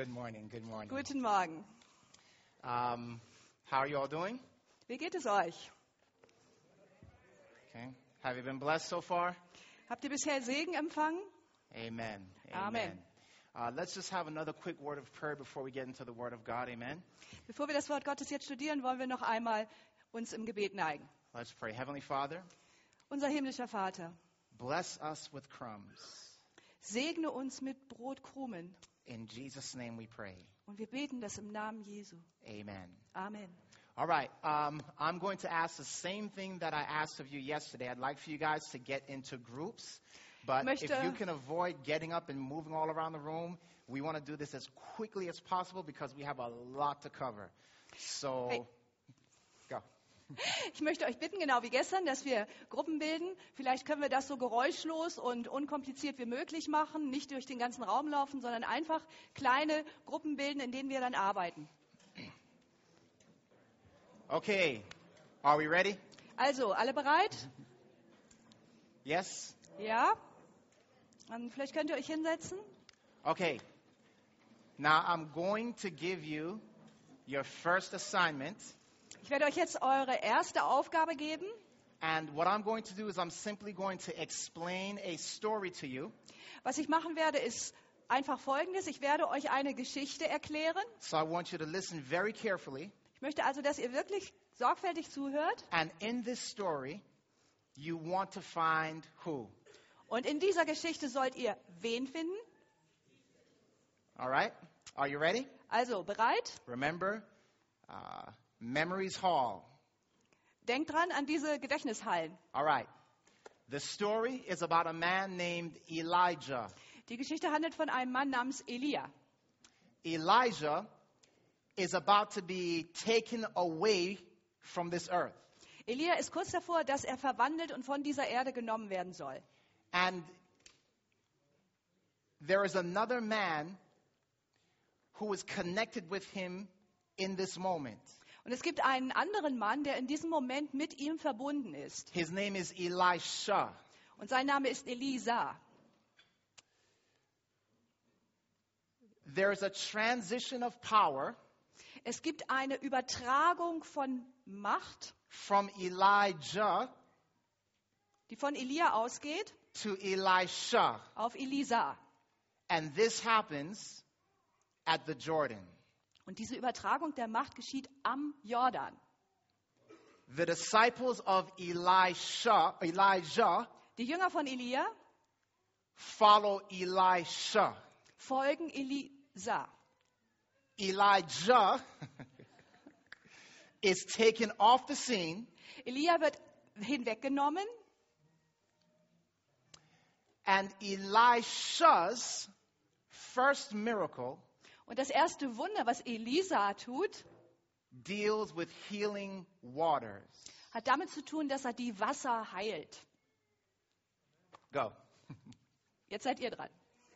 Good morning. Good morning. Guten Morgen. How are you all doing? Wie geht es euch? Okay. Have you been blessed so far? Habt ihr bisher Segen empfangen? Amen. Amen. Let's just have another quick word of prayer before we get into the Word of God. Amen. Bevor wir das Wort Gottes jetzt studieren, wollen wir noch einmal uns im Gebet neigen. Let's pray. Heavenly Father, Unser himmlischer Vater, bless us with crumbs. segne uns mit Brotkrumen. In Jesus' name we pray. Und wir beten das im Namen Jesu. Amen. Amen. All right. I'm going to ask the same thing that I asked of you yesterday. I'd like for you guys to get into groups. But if you can avoid getting up and moving all around the room, we want to do this as quickly as possible because we have a lot to cover. So, go. Ich möchte euch bitten, genau wie gestern, dass wir Gruppen bilden. Vielleicht können wir das so geräuschlos und unkompliziert wie möglich machen, nicht durch den ganzen Raum laufen, sondern einfach kleine Gruppen bilden, in denen wir dann arbeiten. Okay. Are we ready? Also, alle bereit? Yes? Ja? Vielleicht könnt ihr euch hinsetzen. Okay. Now I'm going to give you your first assignment. Ich werde euch jetzt eure erste Aufgabe geben. And what I'm going to do is I'm simply going to explain a story to you. Was ich machen werde, ist einfach Folgendes. Ich werde euch eine Geschichte erklären. So I want you to listen very carefully. Ich möchte also, dass ihr wirklich sorgfältig zuhört. And in this story, you want to find who? Und in dieser Geschichte sollt ihr wen finden? All right? Are you ready? Also, bereit? Remember, Memories Hall. Denkt dran an diese Gedächtnishallen. All right. The story is about a man named Elijah. Die Geschichte handelt von einem Mann namens Elia. Elijah is about to be taken away from this earth. Elia ist kurz davor, dass er verwandelt und von dieser Erde genommen werden soll. And there is another man who is connected with him in this moment. Und es gibt einen anderen Mann, der in diesem Moment mit ihm verbunden ist. His name is Elisha. Und sein Name ist Elisa. There is a transition of power Es gibt eine Übertragung von Macht, from Elijah die von Elia ausgeht, to Elisha. auf Elisa. And this happens at the Jordan. Und diese Übertragung der Macht geschieht am Jordan. The disciples of Elijah Die Jünger von Elia follow Elisha. folgen Elisa. Elijah is taken off the scene, Elia wird hinweggenommen and Elisha's first miracle und das erste Wunder, was Elisa tut, deals with healing waters. hat damit zu tun, dass er die Wasser heilt. Go. Jetzt seid ihr dran.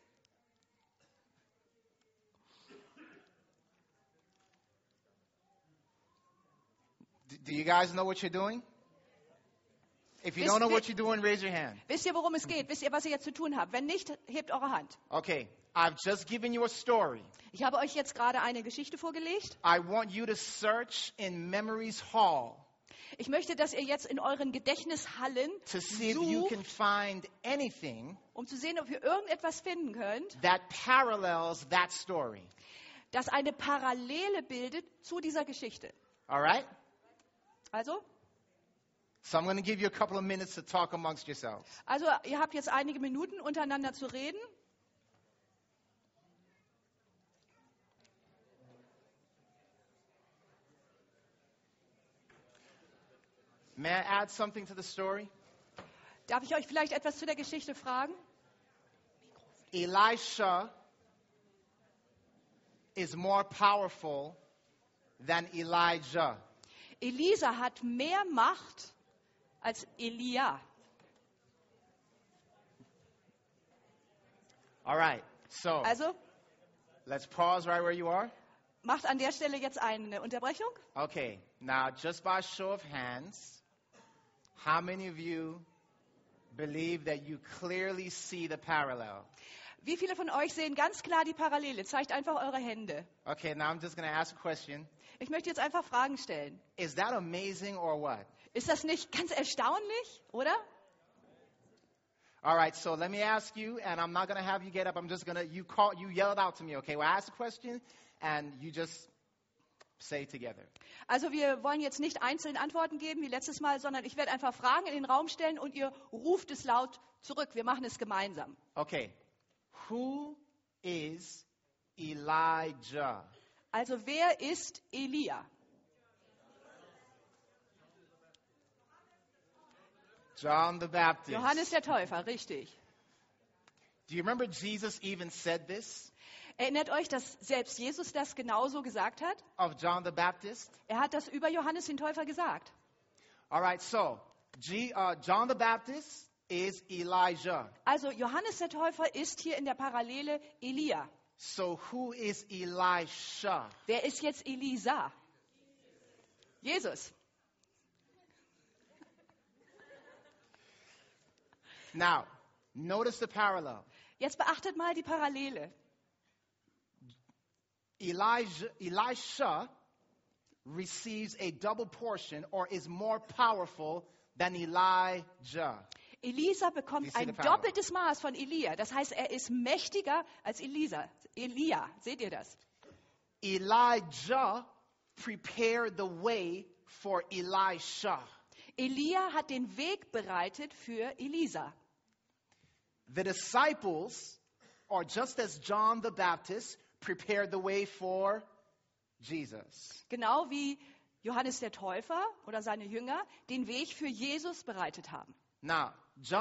Do you guys know what you're doing? If you don't know what you're doing, raise your hand. Wisst ihr, worum es geht? Wisst ihr, was ihr jetzt zu tun habt? Wenn nicht, hebt eure Hand. Okay, I've just given you a story. Ich habe euch jetzt gerade eine Geschichte vorgelegt. I want you to search in Memories Hall Ich möchte, dass ihr jetzt in euren Gedächtnishallen to see if you can sucht, find anything um zu sehen, ob ihr irgendetwas finden könnt, that parallels that story. das eine Parallele bildet zu dieser Geschichte. All right? Also, So I'm going to give you a couple of minutes to talk amongst yourselves. ihr habt jetzt einige Minuten untereinander zu reden. May I add something to the story? Darf ich euch vielleicht etwas zu der Geschichte fragen? Elisha is more powerful than Elijah. Elisa hat mehr Macht als Elia. All right, so Also, let's pause right where you are. macht an der Stelle jetzt eine Unterbrechung. Okay, now just by show of hands, how many of you believe that you clearly see the parallel? Wie viele von euch sehen ganz klar die Parallele? Zeigt einfach eure Hände. Okay, now I'm just going to ask a question. Ich möchte jetzt einfach Fragen stellen. Is that amazing or what? Ist das nicht ganz erstaunlich, oder? All right, so let me ask you, and I'm not going to have you get up. I'm just going to, you yell it out to me, okay? Well, I ask a question, and you just say it together. Also wir wollen jetzt nicht einzeln Antworten geben wie letztes Mal, sondern ich werde einfach Fragen in den Raum stellen und ihr ruft es laut zurück. Wir machen es gemeinsam. Okay, who is Elijah? Also wer ist Elia? John the Baptist. Johannes der Täufer, richtig. Do you remember Jesus even said this? Erinnert euch, dass selbst Jesus das genauso gesagt hat? Of John the Baptist? Er hat das über Johannes den Täufer gesagt. All right, so John the Baptist is Elijah. Also Johannes der Täufer ist hier in der Parallele Elia. So who is Elisha? Wer ist jetzt Elisa? Jesus. Now, notice the parallel. Jetzt beachtet mal die Parallele. Elisha receives a double portion or is more powerful than Elijah. Elisa bekommt ein doppeltes Maß von Elia. Das heißt, er ist mächtiger als Elia. Seht ihr das? Elijah prepared the way for Elisha. Elia hat den Weg bereitet für Elisa. The disciples, or just as John the Baptist, prepared the way for Jesus. Genau wie Johannes der Täufer oder seine Jünger den Weg für Jesus bereitet haben. Now,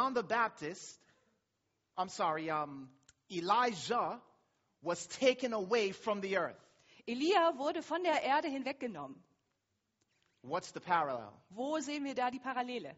Elijah was taken away from the earth. Elia wurde von der Erde hinweggenommen. What's the parallel? Wo sehen wir da die Parallele?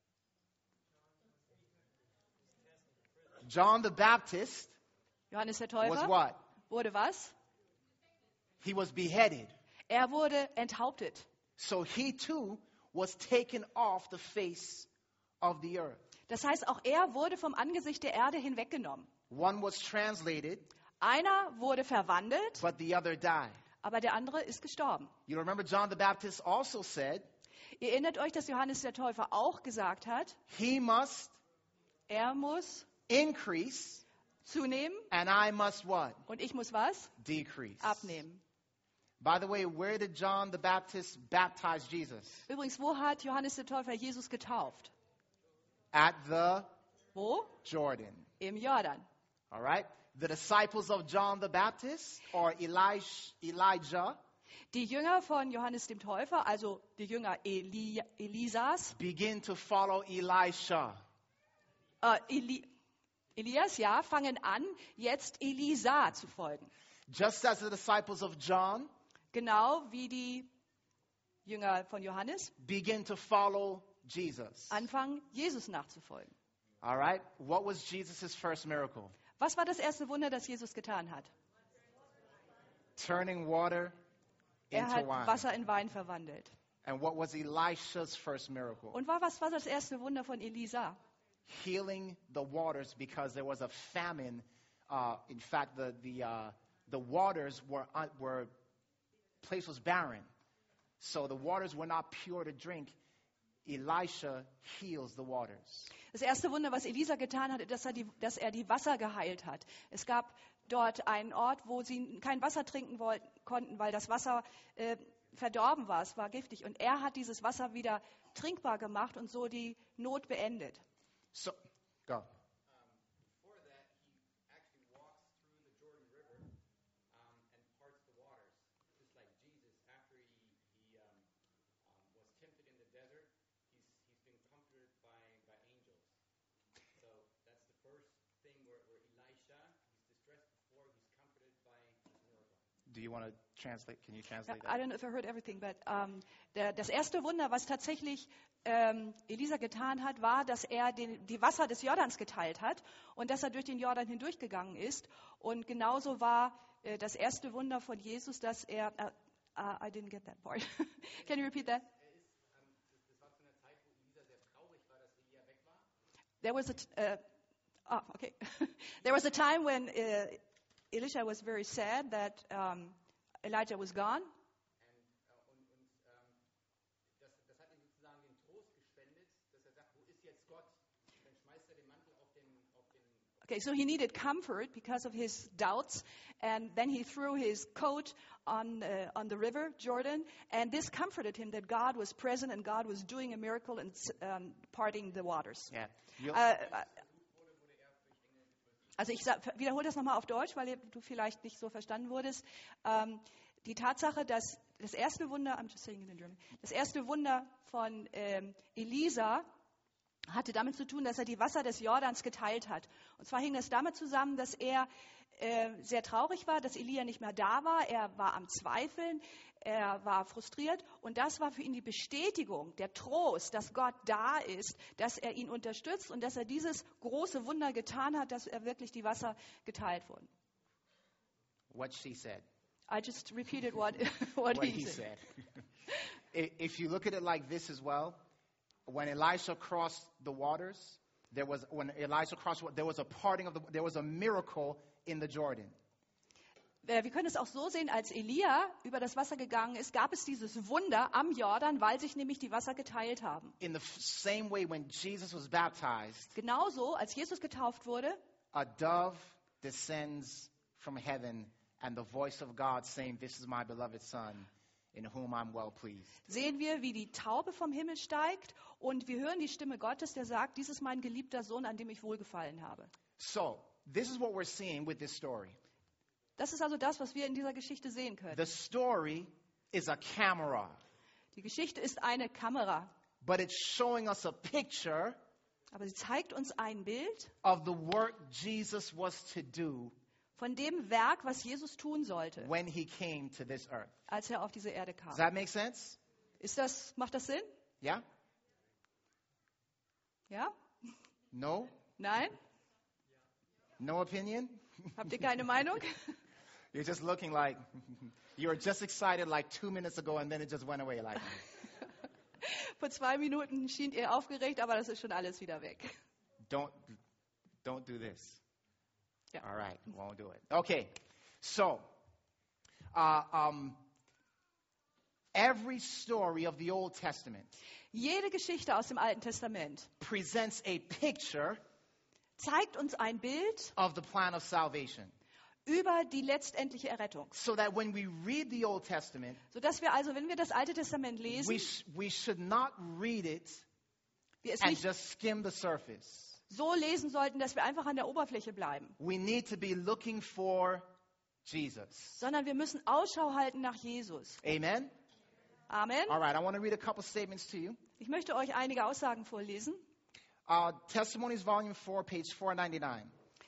John the Baptist Johannes der Täufer was what? Wurde was? He was beheaded. Er wurde enthauptet. So he too was taken off the face of the earth. Das heißt, auch er wurde vom Angesicht der Erde hinweggenommen. One was translated, einer wurde verwandelt, but the other died. Aber der andere ist gestorben. You remember John the Baptist also said, Ihr erinnert euch, dass Johannes der Täufer auch gesagt hat, er muss increase, zunehmen, and I must what? Und ich muss was? Decrease. Abnehmen. By the way, where did John the Baptist baptize Jesus? Übrigens, wo hat Johannes der Täufer Jesus getauft? At the Wo? Jordan. Im Jordan. All right? The disciples of John the Baptist, or Elijah, die Jünger von Johannes dem Täufer, also die Jünger Elisas, begin to follow Elisha. Elias, ja, fangen an, jetzt Elisa zu folgen. Just as the disciples of John, genau wie die Jünger von Johannes, begin to follow Jesus. Anfangen, Jesus nachzufolgen. All right? What was Jesus' first miracle? Was war das erste Wunder, das Jesus getan hat? Turning water into hat wine. Wasser in Wein verwandelt. And what was Elisha's first miracle? Und was war das erste Wunder von Elisa? Healing the waters because there was a famine. In fact, the waters place was barren, so the waters were not pure to drink. Elisha heals the waters. Das erste Wunder, was Elisa getan hat, ist, dass er die Wasser geheilt hat. Es gab dort einen Ort, wo sie kein Wasser trinken konnten, weil das Wasser verdorben war. Es war giftig. Und er hat dieses Wasser wieder trinkbar gemacht und so die Not beendet. So, go. Before that, he actually walks through the Jordan River and parts the waters, just like Jesus. After he was tempted in the desert, he's been comforted by angels. So that's the first thing where Elisha, he's distressed before, he's comforted by his miracle. Do you want to translate? Can you translate that? I don't know if I heard everything, but das erste Wunder, was tatsächlich Elisa getan hat, war, dass er die Wasser des Jordans geteilt hat und dass er durch den Jordan hindurchgegangen ist. Und genauso war das erste Wunder von Jesus, dass er... I didn't get that part. Can you repeat that? Das war zu einer Zeit, wo Elisa sehr traurig war, dass Elia weg war. There was Okay. There was a time when Elisha was very sad that Elijah was gone. Das hat ihm sozusagen den Trost gespendet, dass sagt, wo ist jetzt Gott? Und dann schmeißt den Mantel auf den Okay, so he needed comfort because of his doubts, and then he threw his coat on the river Jordan, and this comforted him that God was present and God was doing a miracle and parting the waters. Yeah. Also ich wiederhole das nochmal auf Deutsch, weil du vielleicht nicht so verstanden wurdest. Die Tatsache, dass das erste Wunder von Elisa hatte damit zu tun, dass er die Wasser des Jordans geteilt hat. Und zwar hing das damit zusammen, dass er sehr traurig war, dass Elia nicht mehr da war. Er war am Zweifeln, er war frustriert. Und das war für ihn die Bestätigung, der Trost, dass Gott da ist, dass er ihn unterstützt und dass er dieses große Wunder getan hat, dass er wirklich die Wasser geteilt wurden. What she said. I just repeated what he said. If you look at it like this as well, when Elisha crossed the waters, there was a parting of there was a miracle in the Jordan. Wir können es auch so sehen, als Elia über das Wasser gegangen ist, gab es dieses Wunder am Jordan, weil sich nämlich die Wasser geteilt haben. In the same way when Jesus was baptized, genauso als Jesus getauft wurde, a dove descends from heaven and the voice of God saying, "This is my beloved son, in whom I'm well pleased." Sehen wir, wie die Taube vom Himmel steigt und wir hören die Stimme Gottes, der sagt, dies ist mein geliebter Sohn, an dem ich wohlgefallen habe. So, this is what we're seeing with this story. Das ist also das, was wir in dieser Geschichte sehen können. The story is a camera. Die Geschichte ist eine Kamera. But it's showing us a picture aber sie zeigt uns ein Bild of the work Jesus was to do von dem Werk, was Jesus tun sollte, when he came to this earth. Als er auf diese Erde kam. Does that make sense? Macht das Sinn? Yeah? Ja? No? Nein? No opinion? Habt ihr keine Meinung? You're just looking like you were just excited like 2 minutes ago and then it just went away like. Vor 2 Minuten schien ihr aufgeregt, aber das ist schon alles wieder weg. Don't do this. Yeah. All right, won't do it. Okay, so every story of the Old Testament jede Geschichte aus dem Alten Testament presents a picture zeigt uns ein Bild of the plan of salvation. Über die letztendliche Errettung. So that when we read the Old Testament, sodass wir also, wenn wir das Alte Testament lesen, we should not read it and just skim the surface. So lesen sollten, dass wir einfach an der Oberfläche bleiben. We need to be looking for Jesus. Sondern wir müssen Ausschau halten nach Jesus. Amen. Amen. All right, I want to read a couple statements to you. Ich möchte euch einige Aussagen vorlesen. Testimonies Volume 4, page 499.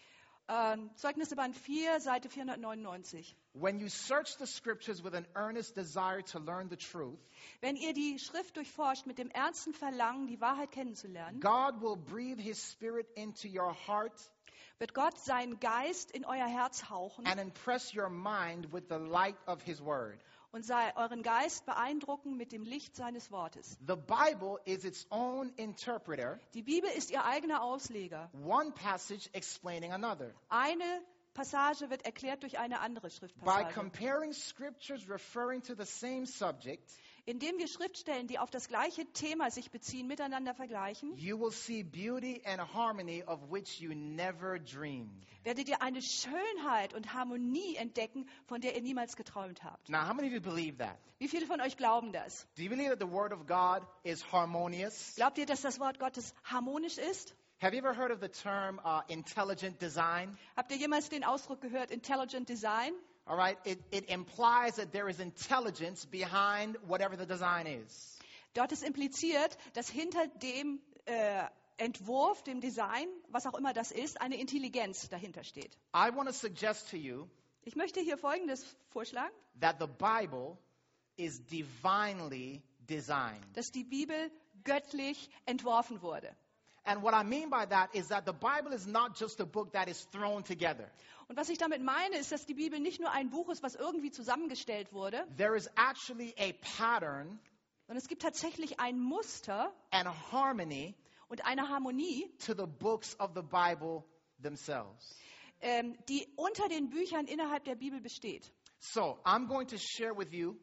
Zeugnisse Band 4, Seite 499. When you search the scriptures with an earnest desire to learn the truth, wenn ihr die Schrift durchforscht mit dem ernsten Verlangen, die Wahrheit kennenzulernen, God will breathe his spirit into your heart, wird Gott seinen Geist in euer Herz hauchen and impress your mind with the light of his word. Und euren Geist beeindrucken mit dem Licht seines Wortes. The Bible is its own interpreter. Die Bibel ist ihr eigener Ausleger. One passage explaining another. Eine Passage wird erklärt durch eine andere Schriftpassage. By comparing scriptures referring to the same subject, indem wir Schriftstellen, die auf das gleiche Thema sich beziehen, miteinander vergleichen, you will see beauty and harmony of which you never dreamed. Werdet ihr eine Schönheit und Harmonie entdecken, von der ihr niemals geträumt habt. Now, how many of you believe that? Wie viele von euch glauben das? Do you believe that the word of God is harmonious? Glaubt ihr, dass das Wort Gottes harmonisch ist? Have you ever heard of the term intelligent design? Habt ihr jemals den Ausdruck gehört, intelligent design? All right, it implies that there is intelligence behind whatever the design is. Dort ist impliziert, dass hinter dem Entwurf, dem Design, was auch immer das ist, eine Intelligenz dahinter steht. I want to suggest to you, ich möchte hier Folgendes vorschlagen, that the Bible is divinely designed. Dass die Bibel göttlich entworfen wurde. And what I mean by that is that the Bible is not just a book that is thrown together. Und was ich damit meine, ist, dass die Bibel nicht nur ein Buch ist, was irgendwie zusammengestellt wurde. There is actually a pattern, sondern es gibt tatsächlich ein Muster and harmony und eine Harmonie to the books of the Bible themselves. Die unter den Büchern innerhalb der Bibel besteht. So, I'm going to share with you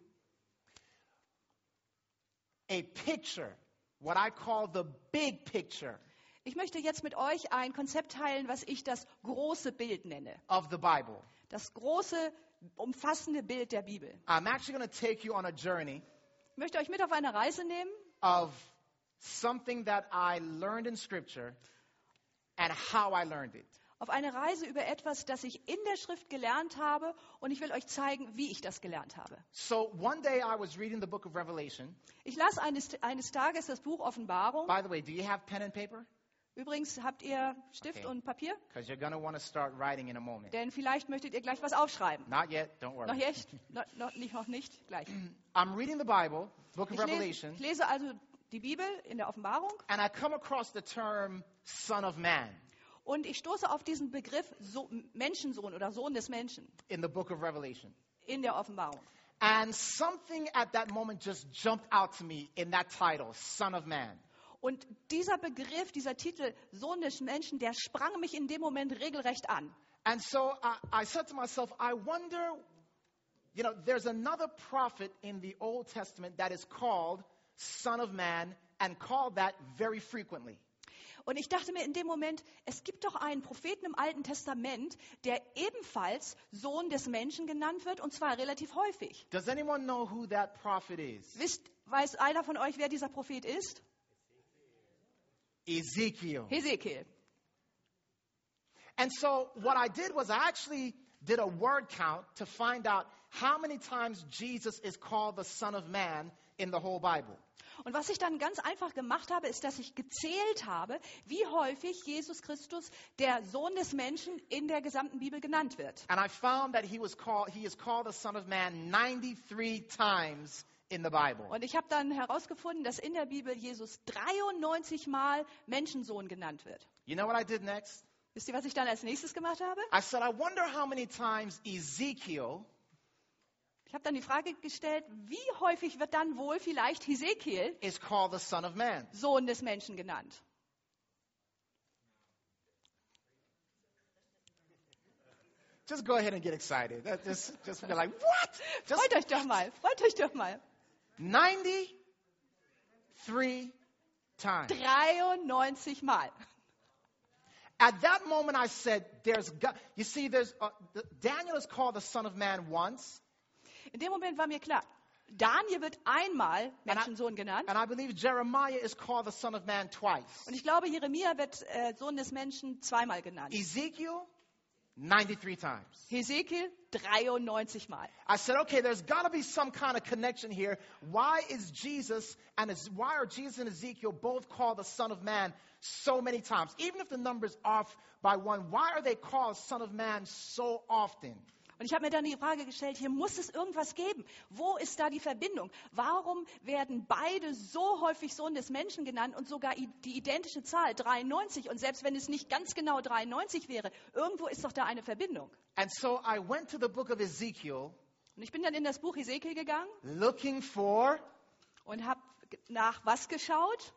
a picture, what I call the big picture. Ich möchte jetzt mit euch ein Konzept teilen, was ich das große Bild nenne. Of the Bible. Das große, umfassende Bild der Bibel. I'm actually going to take you on a journey. Ich möchte euch mit auf eine Reise nehmen. Of something that I learned in Scripture and how I learned it. Auf eine Reise über etwas, das ich in der Schrift gelernt habe, und ich will euch zeigen, wie ich das gelernt habe. So one day I was reading the book of Revelation. Ich las eines Tages das Buch Offenbarung. By the way, do you have pen and paper? Übrigens, habt ihr Stift und Papier? Because you're going to want to start writing in a moment. Denn vielleicht möchtet ihr gleich was aufschreiben. Not yet, don't worry. Noch nicht, gleich. I'm reading the Bible, book of Revelation. Ich lese also die Bibel in der Offenbarung. And I come across the term Son of Man. Und ich stoße auf diesen Begriff Menschensohn oder Sohn des Menschen. In the book of Revelation. In der Offenbarung. And something at that moment just jumped out to me in that title, Son of Man. Und dieser Begriff, dieser Titel, Sohn des Menschen, der sprang mich in dem Moment regelrecht an. And so I said to myself, I wonder, there's another prophet in the Old Testament that is called Son of Man and called that very frequently. Und ich dachte mir in dem Moment, es gibt doch einen Propheten im Alten Testament, der ebenfalls Sohn des Menschen genannt wird, und zwar relativ häufig. Does anyone know who that prophet is? Weiß einer von euch, wer dieser Prophet ist? Ezekiel. Hesekiel. And so what I did was I actually did a word count to find out how many times Jesus is called the Son of Man in the whole Bible. Und was ich dann ganz einfach gemacht habe, ist, dass ich gezählt habe, wie häufig Jesus Christus, der Sohn des Menschen, in der gesamten Bibel genannt wird. And I found that he is called the Son of Man 93 times in the Bible. Und ich habe dann herausgefunden, dass in der Bibel Jesus 93 Mal Menschensohn genannt wird. You know what I did next? Wisst ihr, was ich dann als nächstes gemacht habe? I said, I wonder how many times Ezekiel Ich habe dann die Frage gestellt, wie häufig wird dann wohl vielleicht Hesekiel, is called the Son of Man? Sohn des Menschen, genannt? Just go ahead and get excited. Just be like, what? Freut euch doch mal. 93 times. 93 Mal. At that moment I said, Daniel is called the Son of Man once. In dem Moment war mir klar, Daniel wird einmal Menschensohn genannt. And I believe Jeremiah is called the Son of Man twice. Und ich glaube, Jeremia wird Sohn des Menschen zweimal genannt. Ezekiel, 93 times. Hesekiel, 93 Mal. I said, okay, there's got to be some kind of connection here. Why are Jesus and Ezekiel both called the Son of Man so many times? Even if the number's off by one, why are they called Son of Man so often? Und ich habe mir dann die Frage gestellt, hier muss es irgendwas geben. Wo ist da die Verbindung? Warum werden beide so häufig Sohn des Menschen genannt und sogar die identische Zahl, 93? Und selbst wenn es nicht ganz genau 93 wäre, irgendwo ist doch da eine Verbindung. And so I went to the book of Ezekiel. Und ich bin dann in das Buch Hesekiel gegangen. Looking for. Und habe nach was geschaut?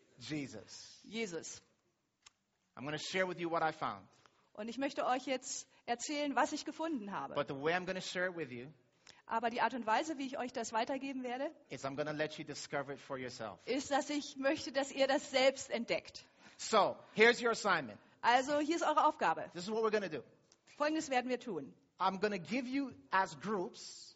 Jesus. I'm going to share with you what I found. Und ich möchte euch jetzt erzählen, was ich gefunden habe. But the way I'm going to share it with you, aber die Art und Weise, wie ich euch das weitergeben werde, is I'm going to let you discover it for yourself. Ist, dass ich möchte, dass ihr das selbst entdeckt. So, here's your assignment. Also, hier ist eure Aufgabe. This is what we're going to do. Folgendes werden wir tun. I'm going to give you as groups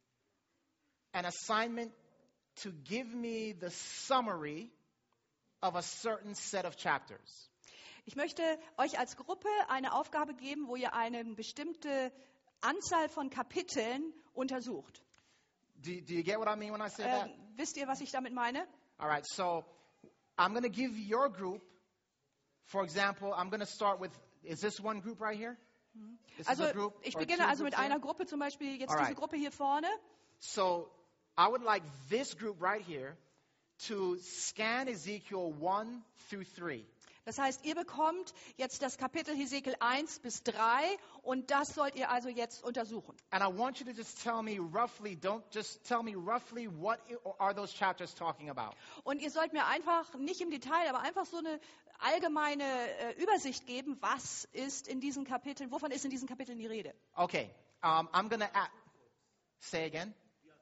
an assignment to give me the summary of a certain set of chapters. Ich möchte euch als Gruppe eine Aufgabe geben, wo ihr eine bestimmte Anzahl von Kapiteln untersucht. Do you get what I mean when I say that? Wisst ihr, was ich damit meine? All right, so I'm going to give your group, for example, I'm going to start with, is this one group right here? Also ich beginne also mit einer Gruppe, zum Beispiel jetzt diese Gruppe hier vorne. So I would like this group right here to scan Ezekiel 1 through 3. Das heißt, ihr bekommt jetzt das Kapitel Hesekiel 1 bis 3 und das sollt ihr also jetzt untersuchen. And I want you to just tell me roughly, don't just tell me roughly what are those chapters talking about. Und ihr sollt mir einfach, nicht im Detail, aber einfach so eine allgemeine Übersicht geben, was ist in diesen Kapiteln, wovon ist in diesen Kapiteln die Rede. Okay, I'm going to say again.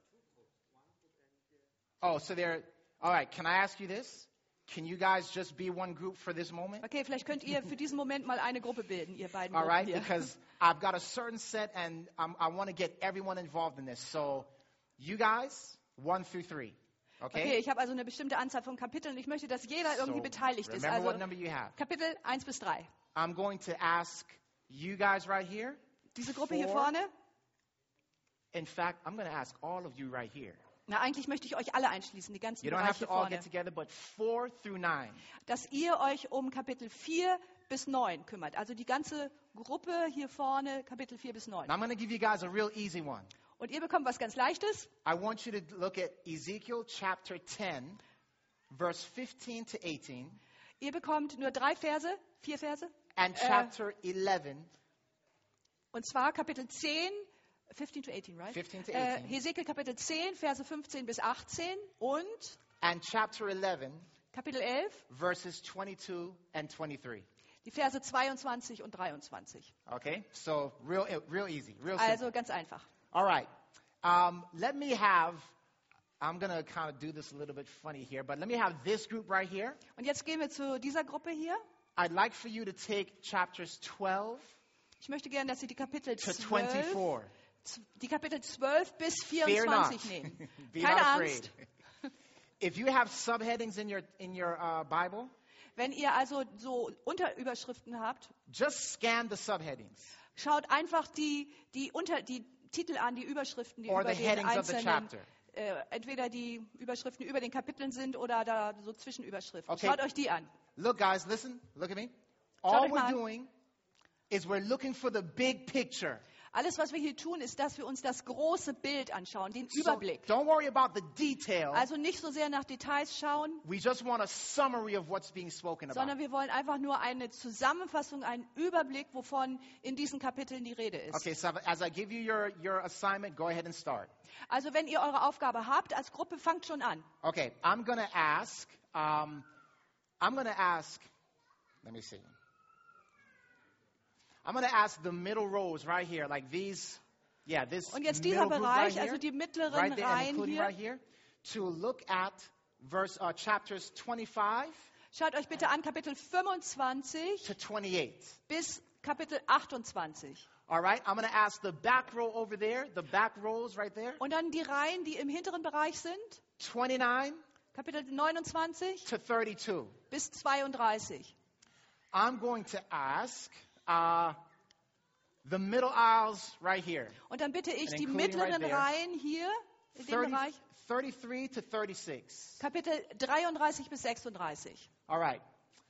Oh, so all right, can I ask you this? Can you guys just be one group for this moment? Okay, vielleicht könnt ihr für diesen Moment mal eine Gruppe bilden, ihr beiden All Gruppen right, hier. because I've got a certain set and I want to get everyone involved in this. So you guys, 1 through 3. Okay, ich habe also eine bestimmte Anzahl von Kapiteln und ich möchte, dass jeder irgendwie beteiligt ist. Remember Also what number you have. Kapitel 1 bis 3. I'm going to ask you guys right here. Diese Gruppe hier vorne. In fact, I'm going to ask all of you right here. Na, eigentlich möchte ich euch alle einschließen, die ganzen You don't have Bereiche to all vorne. get together, but 4 through 9. Dass ihr euch um Kapitel 4 bis 9 kümmert. Also die ganze Gruppe hier vorne, Kapitel 4 bis 9. Now I'm going to give you guys a real easy one. Und ihr bekommt was ganz Leichtes. I want you to look at Ezekiel chapter 10, verse 15 to 18. Ihr bekommt nur 4 Verse. And chapter 11. Und zwar Kapitel 10, 15 to 18, right? 15 to 18. Hesekiel Kapitel 10, Verse 15 bis 18 und And chapter 11, Kapitel 11, verses 22 and 23. die Verse 22 und 23. Okay, so real easy, real simple. Also ganz einfach. All right, I'm going to kind of do this a little bit funny here, but let me have this group right here. Und jetzt gehen wir zu dieser Gruppe hier. I'd like for you to take chapters 12 Ich möchte gerne, dass Sie die Kapitel to 12, 24. die Kapitel 12 bis Fear 24 not. nehmen. Be Keine not Angst. afraid. If you have subheadings in your Bible, Wenn ihr also so Unterüberschriften habt, just scan the subheadings schaut einfach die Titel an, die Überschriften, die or über the den headings of the einzelnen, chapter. entweder die Überschriften über den Kapiteln sind oder da so Zwischenüberschriften. Okay. Schaut euch die an. Look, guys, listen. Look at me. Schaut All euch mal we're an. doing is we're looking for the big picture. Alles, was wir hier tun, ist, dass wir uns das große Bild anschauen, den So Überblick. don't worry about the details. Also nicht so sehr nach Details schauen, We just want a summary of what's being spoken about. sondern wir wollen einfach nur eine Zusammenfassung, einen Überblick, wovon in diesen Kapiteln die Rede ist. Okay, so as I give you your assignment, go ahead and start. Also wenn ihr eure Aufgabe habt, als Gruppe, fangt schon an. Okay, I'm going to ask, let me see. I'm going to ask the middle rows right here, like these, this Und jetzt middle dieser group right Bereich, here, also die mittleren right there, and Reihen including hier. right here, to look at chapters 25 Schaut euch bitte an Kapitel 25 to 28. bis Kapitel 28. All right, I'm going to ask the back row over there, the back rows right there, Und dann die Reihen, die im hinteren Bereich sind, 29 Kapitel 29 to 32. bis 32. I'm going to ask the middle aisles right here, Und dann bitte ich And die including right mittleren there, Reihen hier, in dem 30, Bereich, 33 to 36. Kapitel 33 bis 36. All right,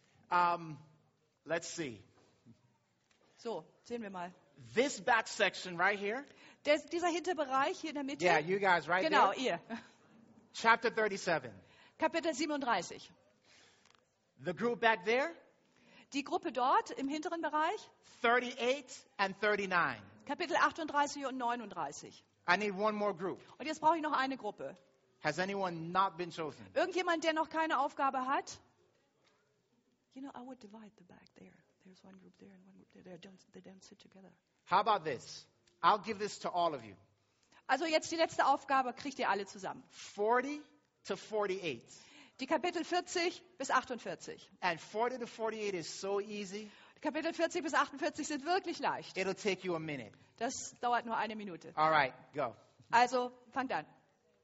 let's see. So, sehen wir mal. This back section right here, Dieser Hinterbereich hier in der Mitte. yeah, you guys right Genau, there, ihr. chapter 37. Kapitel 37. The group back there, Die Gruppe dort im hinteren Bereich, 38 and 39. Kapitel 38 und 39. I need one more group. Und jetzt brauche ich noch eine Gruppe. Has anyone not been chosen? Irgendjemand, der noch keine Aufgabe hat? You know, I would divide the back there. There's one group there and one group there. They don't sit together. How about this? I'll give this to all of you. Also jetzt die letzte Aufgabe kriegt ihr alle zusammen. 40 to 48. Die Kapitel 40 bis 48. And 40 to 48 is so easy, Kapitel 40 bis 48 sind wirklich leicht. it'll take you a minute. Das dauert nur eine Minute. All right, go. Also fangt an.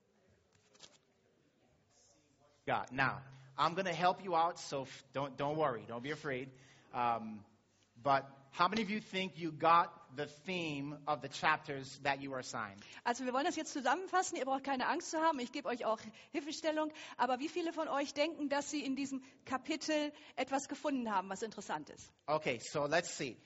God. Now, I'm going to help you out, so don't worry. Don't be afraid. But how many of you think you got the theme of the chapters that you were assigned? Also wir wollen das jetzt zusammenfassen. Ihr braucht keine Angst zu haben. Ich gebe euch auch Hilfestellung. Aber wie viele von euch denken, dass sie in diesem Kapitel etwas gefunden haben, was interessant ist? Okay, so let's see.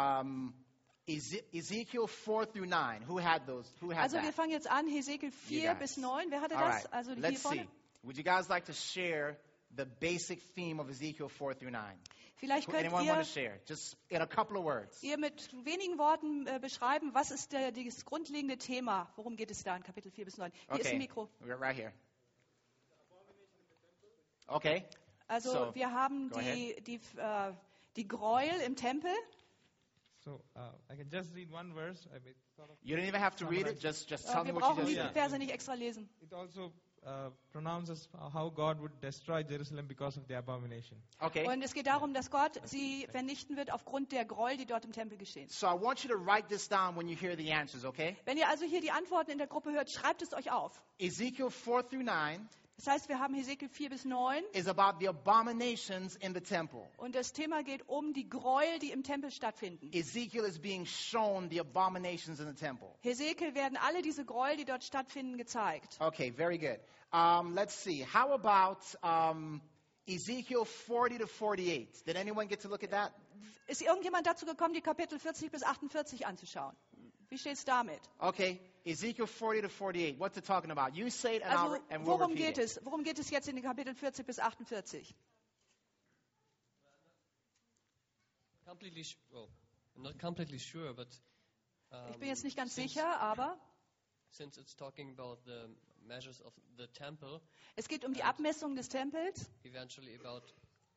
Ezekiel 4 through 9. Who had those? Who had Also wir that? fangen jetzt an, Hesekiel 4 guys. bis 9. Wer hatte All das? right, Also hier let's vorne. see. Would you guys like to share the basic theme of Ezekiel 4 through 9? Vielleicht könnt Anyone want to ihr, share? Just in a couple of words. ihr mit wenigen Worten beschreiben, was ist das grundlegende Thema? Worum geht es da in Kapitel 4 bis 9? Hier ist ein Okay, Mikro. we're right here. Okay. Also wir haben die Gräuel im Tempel. So I can just read one verse. You don't even have to read it. Just tell me Wir what you brauchen just die said. Verse nicht extra lesen. It also pronounces how God would destroy Jerusalem because of the abomination. Okay. Und es geht darum, dass Gott sie vernichten wird aufgrund der Gräuel, die dort im Tempel geschehen. So I want you to write this down when you hear the answers, okay? Wenn ihr also hier die Antworten in der Gruppe hört, schreibt es euch auf. Ezekiel 4 through 9 Das heißt, wir haben Hesekiel 4 bis 9 is about the abominations in the temple. und das Thema geht um die Gräuel, die im Tempel stattfinden. Ezekiel is being shown the abominations in the temple. Hesekiel werden alle diese Gräuel, die dort stattfinden, gezeigt. Okay, very good. Let's see. How about Ezekiel 40 to 48? Did anyone get to look at that? Ist irgendjemand dazu gekommen, die Kapitel 40 bis 48 anzuschauen? Wie steht es damit? Okay, Ezekiel 40 to 48. What's it talking about? You say it and, Also, and we'll worum repeat geht it. es? Worum geht es jetzt in den Kapitel 40 bis 48? I'm not completely sure, but Ich bin jetzt nicht ganz sicher, aber since it's talking about the measures of the temple, es geht um die Abmessung des Tempels. eventually about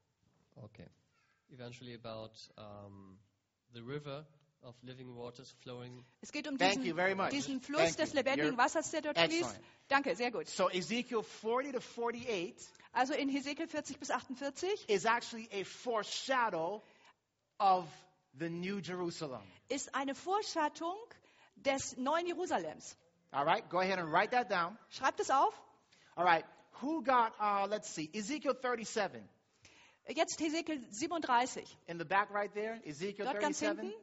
the river of living waters flowing. Es geht um Thank you very much. diesen Fluss Thank des you. lebendigen You're Wassers, der dort excellent. fließt. Danke, sehr gut. So Ezekiel 40 to 48 Also in Hesekiel 40 bis 48 is actually a foreshadow of the New Jerusalem. ist eine Vorschattung des neuen Jerusalems. All right, go ahead and write that down. Schreibt es auf. All right, who got, let's see, Ezekiel 37. Jetzt Hesekiel 37. In the back right there, Ezekiel Dort ganz 37. hinten.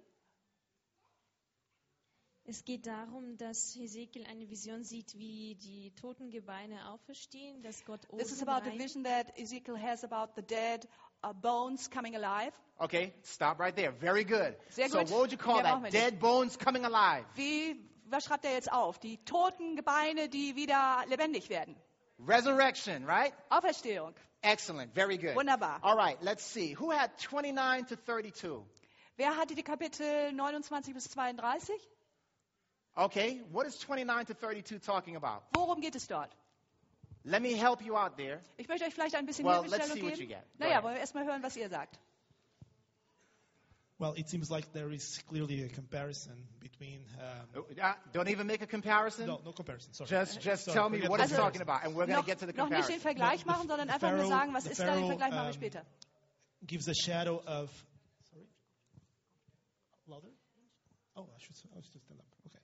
Es geht darum, dass Hesekiel eine Vision sieht, wie die toten Gebeine auferstehen, dass Gott This is oben about the rein. vision that Ezekiel has about the dead bones coming alive. Okay, stop right there. Very good. Sehr So gut. what would you call Mehr brauchen that? wir nicht. Dead bones coming alive. Was schreibt er jetzt auf? Die toten Gebeine, die wieder lebendig werden. Resurrection, right? Auferstehung. Excellent. Very good. Wunderbar. All right, let's see. Who had 29 to 32? Wer hatte die Kapitel 29 bis 32? Okay, what is 29 to 32 talking about? Worum geht es dort? Let me help you out there. Ich möchte euch vielleicht ein bisschen Well, let's Hilfestellung see what you geben. get. Go Naja, ahead. wollen wir erstmal hören, was ihr sagt. Well, it seems like there is clearly a comparison between. Don't even make a comparison. No comparison. Sorry. Just Sorry, tell me forget what it's the talking comparison. about, and we're going to Noch, get to the noch nicht den comparison. Vergleich The- machen, sondern the einfach nur Pharaoh- sagen, was the ist da, den Pharaoh, Vergleich machen wir später. Gives a shadow of. Sorry. Louder. Oh, I should stand up. Okay.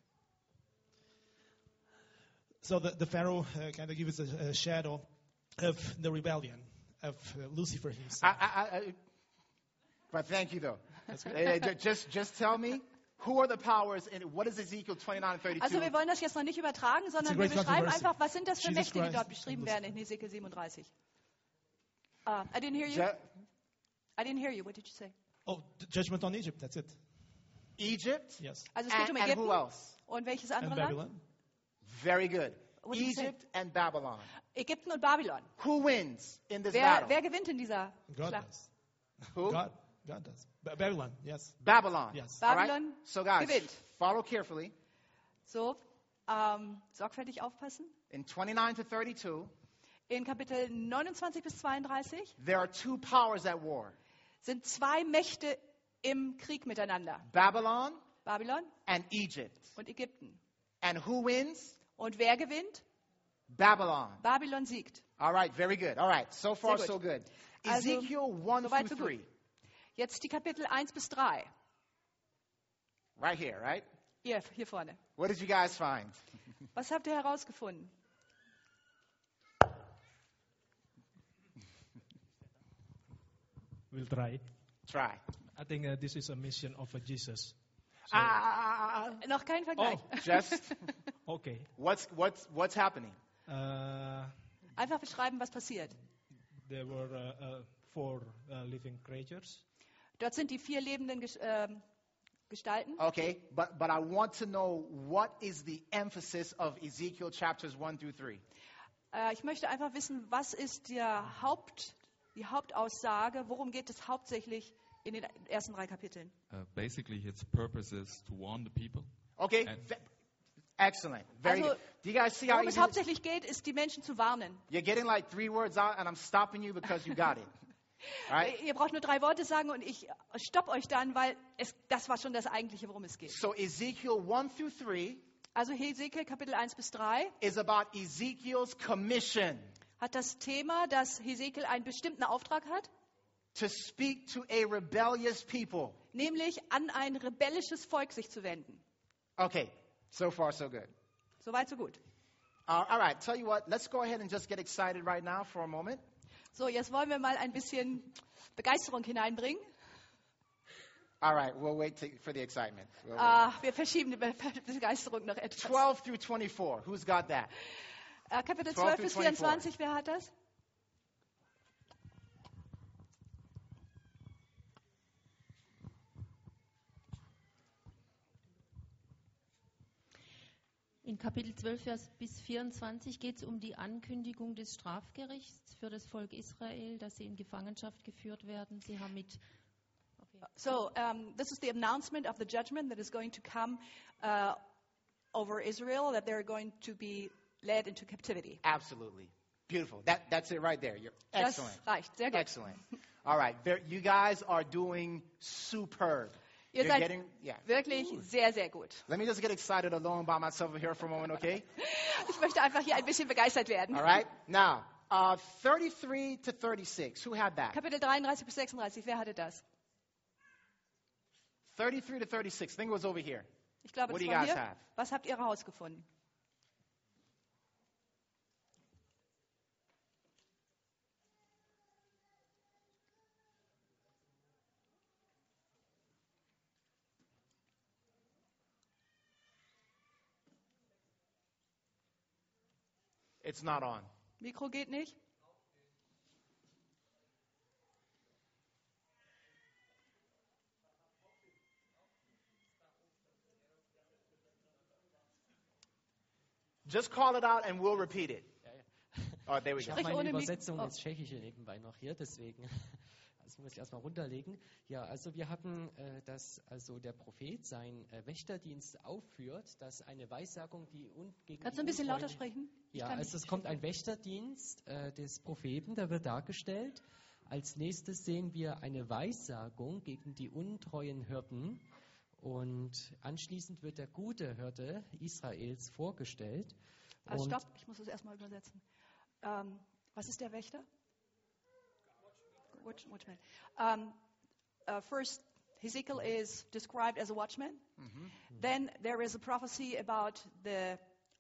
So the Pharaoh kind of gives a shadow of the rebellion of Lucifer himself. But thank you, though. Just tell me, who are the powers, and what is Ezekiel 29 and 32? Also wir wollen das jetzt noch nicht übertragen, sondern wir great beschreiben controversy. einfach, was sind das für Jesus Mächte, die Christ dort and beschrieben Lucifer. werden in Hesekiel 37. I didn't hear you. Ju- I didn't hear you. What did you say? Oh, judgment on Egypt. That's it. Egypt Yes. Also es geht um and Ägypten. who else? Und welches And andere Land? Babylon. Very good. What did you say? Egypt and Babylon. Ägypten und Babylon. Who wins in this Wer battle? gewinnt in dieser God Schlacht? does. Who? God does. Babylon. Yes. Babylon. Yes. All right? Babylon So guys, gewinnt. follow carefully. So, sorgfältig aufpassen. In 29 to 32, In Kapitel 29 bis 32 there are two powers at war. sind zwei Mächte im Krieg miteinander. Babylon Babylon and Egypt. und Ägypten. And who wins? Und wer gewinnt? Babylon. Babylon siegt. All right, very good. All right, so far Sehr so gut. good. Also, Ezekiel 1 soweit, through so gut. 3. Jetzt die Kapitel 1 bis 3. Right here, right? Hier vorne. What did you guys find? Was habt ihr herausgefunden? We'll try. Try. I think this is a mission of Jesus. So, Noch kein Vergleich. Just okay. what's happening? Einfach beschreiben, was passiert. There were 4 living creatures. Dort sind die 4 lebenden Gestalten. Okay, but I want to know what is the emphasis of Ezekiel chapters 1 through 3. Ich möchte einfach wissen, was ist die Hauptaussage, worum geht es hauptsächlich in den ersten 3 Kapiteln? Basically, its purpose is to warn the people. Okay, And- Excellent. Very Also, good. Do you guys see how worum es easy it is? hauptsächlich geht, ist, die Menschen zu warnen. You're getting like 3 words out and I'm stopping you because you got it. Right? Ihr braucht nur 3 Worte sagen und ich stopp euch dann, weil das war schon das Eigentliche, worum es geht. So Ezekiel 1 through 3 Also Hesekiel Kapitel 1 bis 3 is about Ezekiel's commission hat das Thema, dass Hesekiel einen bestimmten Auftrag hat, to speak to a rebellious people. nämlich an ein rebellisches Volk sich zu wenden. Okay, so far so good. Soweit, so gut. All right, tell you what, let's go ahead and just get excited right now for a moment. So, jetzt wollen wir mal ein bisschen Begeisterung hineinbringen. All right, we'll wait for the excitement. We'll wait. Wir verschieben die Begeisterung noch etwas. 12 through 24, who's got that? Kapitel 12 12 bis through 24, wer hat das? In Kapitel 12, Vers bis 24 geht es um die Ankündigung des Strafgerichts für das Volk Israel, dass sie in Gefangenschaft geführt werden. Sie haben mit... So, this is the announcement of the judgment that is going to come over Israel, that they're going to be led into captivity. Absolutely. Beautiful. That's it right there. You're Das excellent. reicht, sehr gut. Excellent. All right, you guys are doing superb. Ihr You're seid getting, yeah. wirklich sehr, sehr gut. Let me just get excited alone by myself here for a moment, okay? Ich möchte einfach hier ein bisschen begeistert werden. All right. Now, 33 to 36. Who had that? Kapitel 33 bis 36, wer hatte das? 33 to 36. I think it was over here. Ich glaube, What das do you war guys hier. have? Was habt ihr herausgefunden? It's not on. Mikro geht nicht? Just call it out and we'll repeat it. Oh, there we Ich go. habe meine ohne Übersetzung Mik- ins Tschechische nebenbei noch hier, deswegen das muss ich erstmal runterlegen. Ja, also wir hatten, dass also der Prophet seinen Wächterdienst aufführt, dass eine Weissagung, die gegen Kannst du ein die bisschen lauter Untreuen- sprechen? Ich Ja, kann also nicht es kommt ein verstehen. Wächterdienst des Propheten, der wird dargestellt. Als nächstes sehen wir eine Weissagung gegen die untreuen Hirten. Und anschließend wird der gute Hirte Israels vorgestellt. Also Und stopp, ich muss das erstmal übersetzen. Was ist der Wächter? Watchman. First, Hezekiel is described as a watchman. Then there is a prophecy about the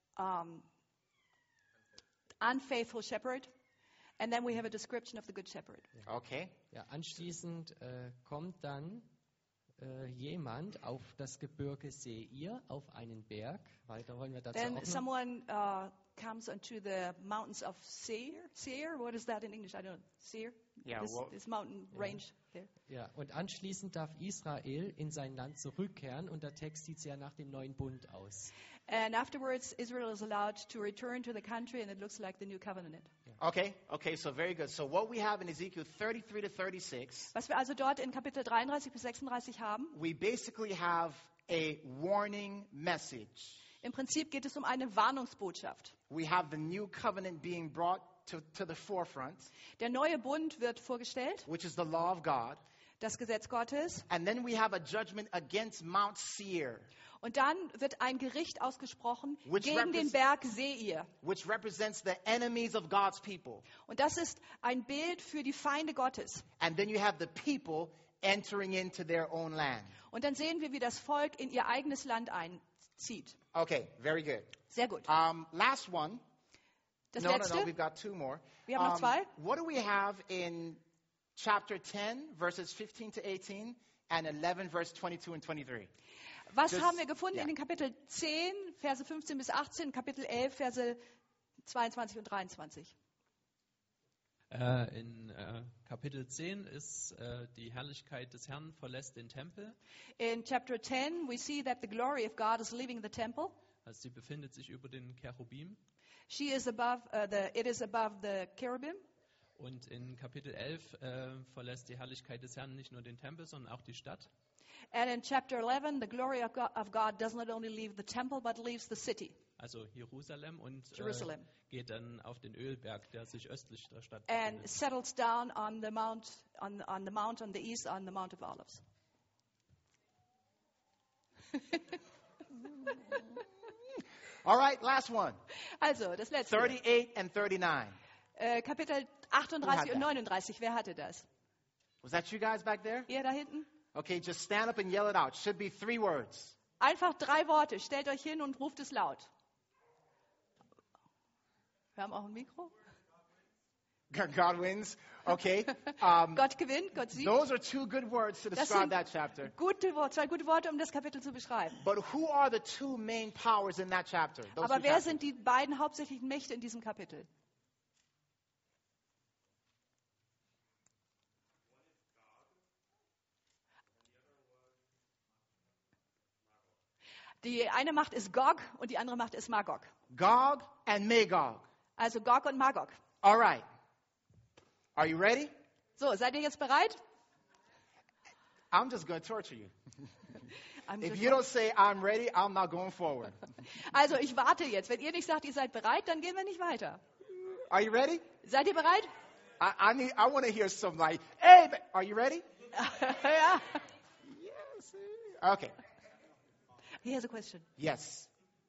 unfaithful shepherd. And then we have a description of the good shepherd. Okay. ja, anschließend kommt dann jemand auf das Gebirge Seir, auf einen Berg. Weiter wollen wir dazu auch Then noch. someone comes onto the mountains of Seir. Seir, what is that in English? I don't know. Seir? Yeah, This mountain range there. Ja, und anschließend darf Israel in sein Land zurückkehren und der Text sieht sehr nach dem neuen Bund aus. And afterwards, Israel is allowed to return to the country, and it looks like the new covenant. Okay, so very good. So what we have in Ezekiel 33 to 36, Was wir also dort in Kapitel 33 bis 36 haben, we basically have a warning message. im Prinzip geht es um eine Warnungsbotschaft. We have the new covenant being brought to the forefront, Der neue Bund wird vorgestellt, which is the law of God. das Gesetz Gottes, And then we have a judgment against Mount Seir, und dann wird ein Gericht ausgesprochen Which gegen den Berg Seir. which represents the enemies of God's people. Und das ist ein Bild für die Feinde Gottes. And then you have the people entering into their own land. Und dann sehen wir, wie das Volk in ihr eigenes Land einzieht. Okay, very good. Sehr gut. Last one. Das No, letzte, we've got 2 more. wir haben noch 2. What do we have in chapter 10, verses 15 to 18, and 11, verse 22 and 23? Was Just- haben wir gefunden yeah. in den Kapitel 10, Verse 15 bis 18, Kapitel 11, Verse 22 und 23? In Kapitel 10 ist die Herrlichkeit des Herrn verlässt den Tempel. In chapter 10, we see that the glory of God is leaving the temple. Also sie befindet sich über den Cherubim. It is above the cherubim. Und in Kapitel 11 verlässt die Herrlichkeit des Herrn nicht nur den Tempel, sondern auch die Stadt. And in chapter 11, the glory of God does not only leave the temple, but leaves the city. Also Jerusalem und Jerusalem. Geht dann auf den Ölberg, der sich östlich der Stadt And befindet. settles down on the mount, on the east, on the Mount of Olives. All right, last one. Also, das letzte. 38 and 39. Kapitel 38 und 39. Wer hatte das? Was that you guys back there? Ihr da hinten? Okay, just stand up and yell it out. Should be 3 words. Einfach 3 Worte. Stellt euch hin und ruft es laut. Wir haben auch ein Mikro. God wins. Okay. Gott gewinnt, Gott siegt. Those are 2 good words to describe that chapter. 2 gute Worte, um das Kapitel zu beschreiben. But who are the 2 main powers in that chapter? Aber wer sind die beiden hauptsächlichen Mächte in diesem Kapitel? Die eine Macht ist Gog und die andere Macht ist Magog. Gog and Magog. Also Gog und Magog. All right. Are you ready? So, seid ihr jetzt bereit? I'm just going to torture you. If you don't say I'm ready, I'm not going forward. Also, ich warte jetzt. Wenn ihr nicht sagt, ihr seid bereit, dann gehen wir nicht weiter. Are you ready? Seid ihr bereit? I want to hear some like, hey, are you ready? Ja. Yes. Okay. He has a question. Yes.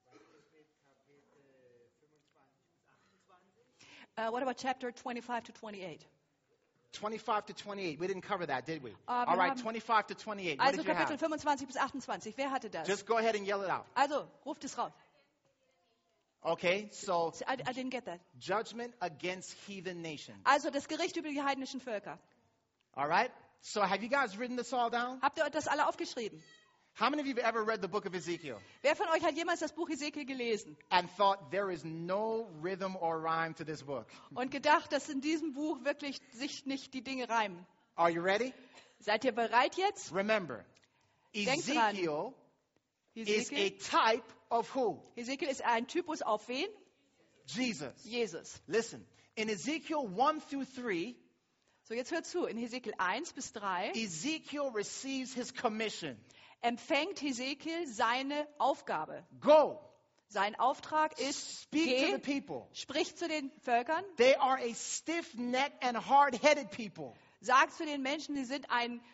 What about chapter 25 to 28? 25 to 28. We didn't cover that, did we? All right, 25 to 28. What Also did you Kapitel have? 25 bis 28. Wer hatte das? Just go ahead and yell it out. Also, ruft es raus. Okay, so I didn't get that. judgment against heathen nations. Also das Gericht über die heidnischen Völker. All right? So have you guys written this all down? Habt ihr das alle aufgeschrieben? How many of you have ever read the book of Ezekiel Wer von euch hat jemals das Buch Hesekiel gelesen and thought there is no rhythm or rhyme to this book? und gedacht, dass in diesem Buch wirklich sich nicht die Dinge reimen? Are you ready? Seid ihr bereit jetzt? Remember, Denkt dran. Ezekiel is a Hesekiel, type of who? Hesekiel ist ein Typus auf wen? Jesus. Jesus. Listen, in Ezekiel 1 through 3, So, jetzt hört zu. In Hesekiel 1 bis 3 Ezekiel receives his commission. empfängt Hesekiel seine Aufgabe. Go, Sein Auftrag ist, speak to the geh, people. sprich zu den Völkern, They are a stiff-necked and hard-headed people. sag zu den Menschen, die sind haben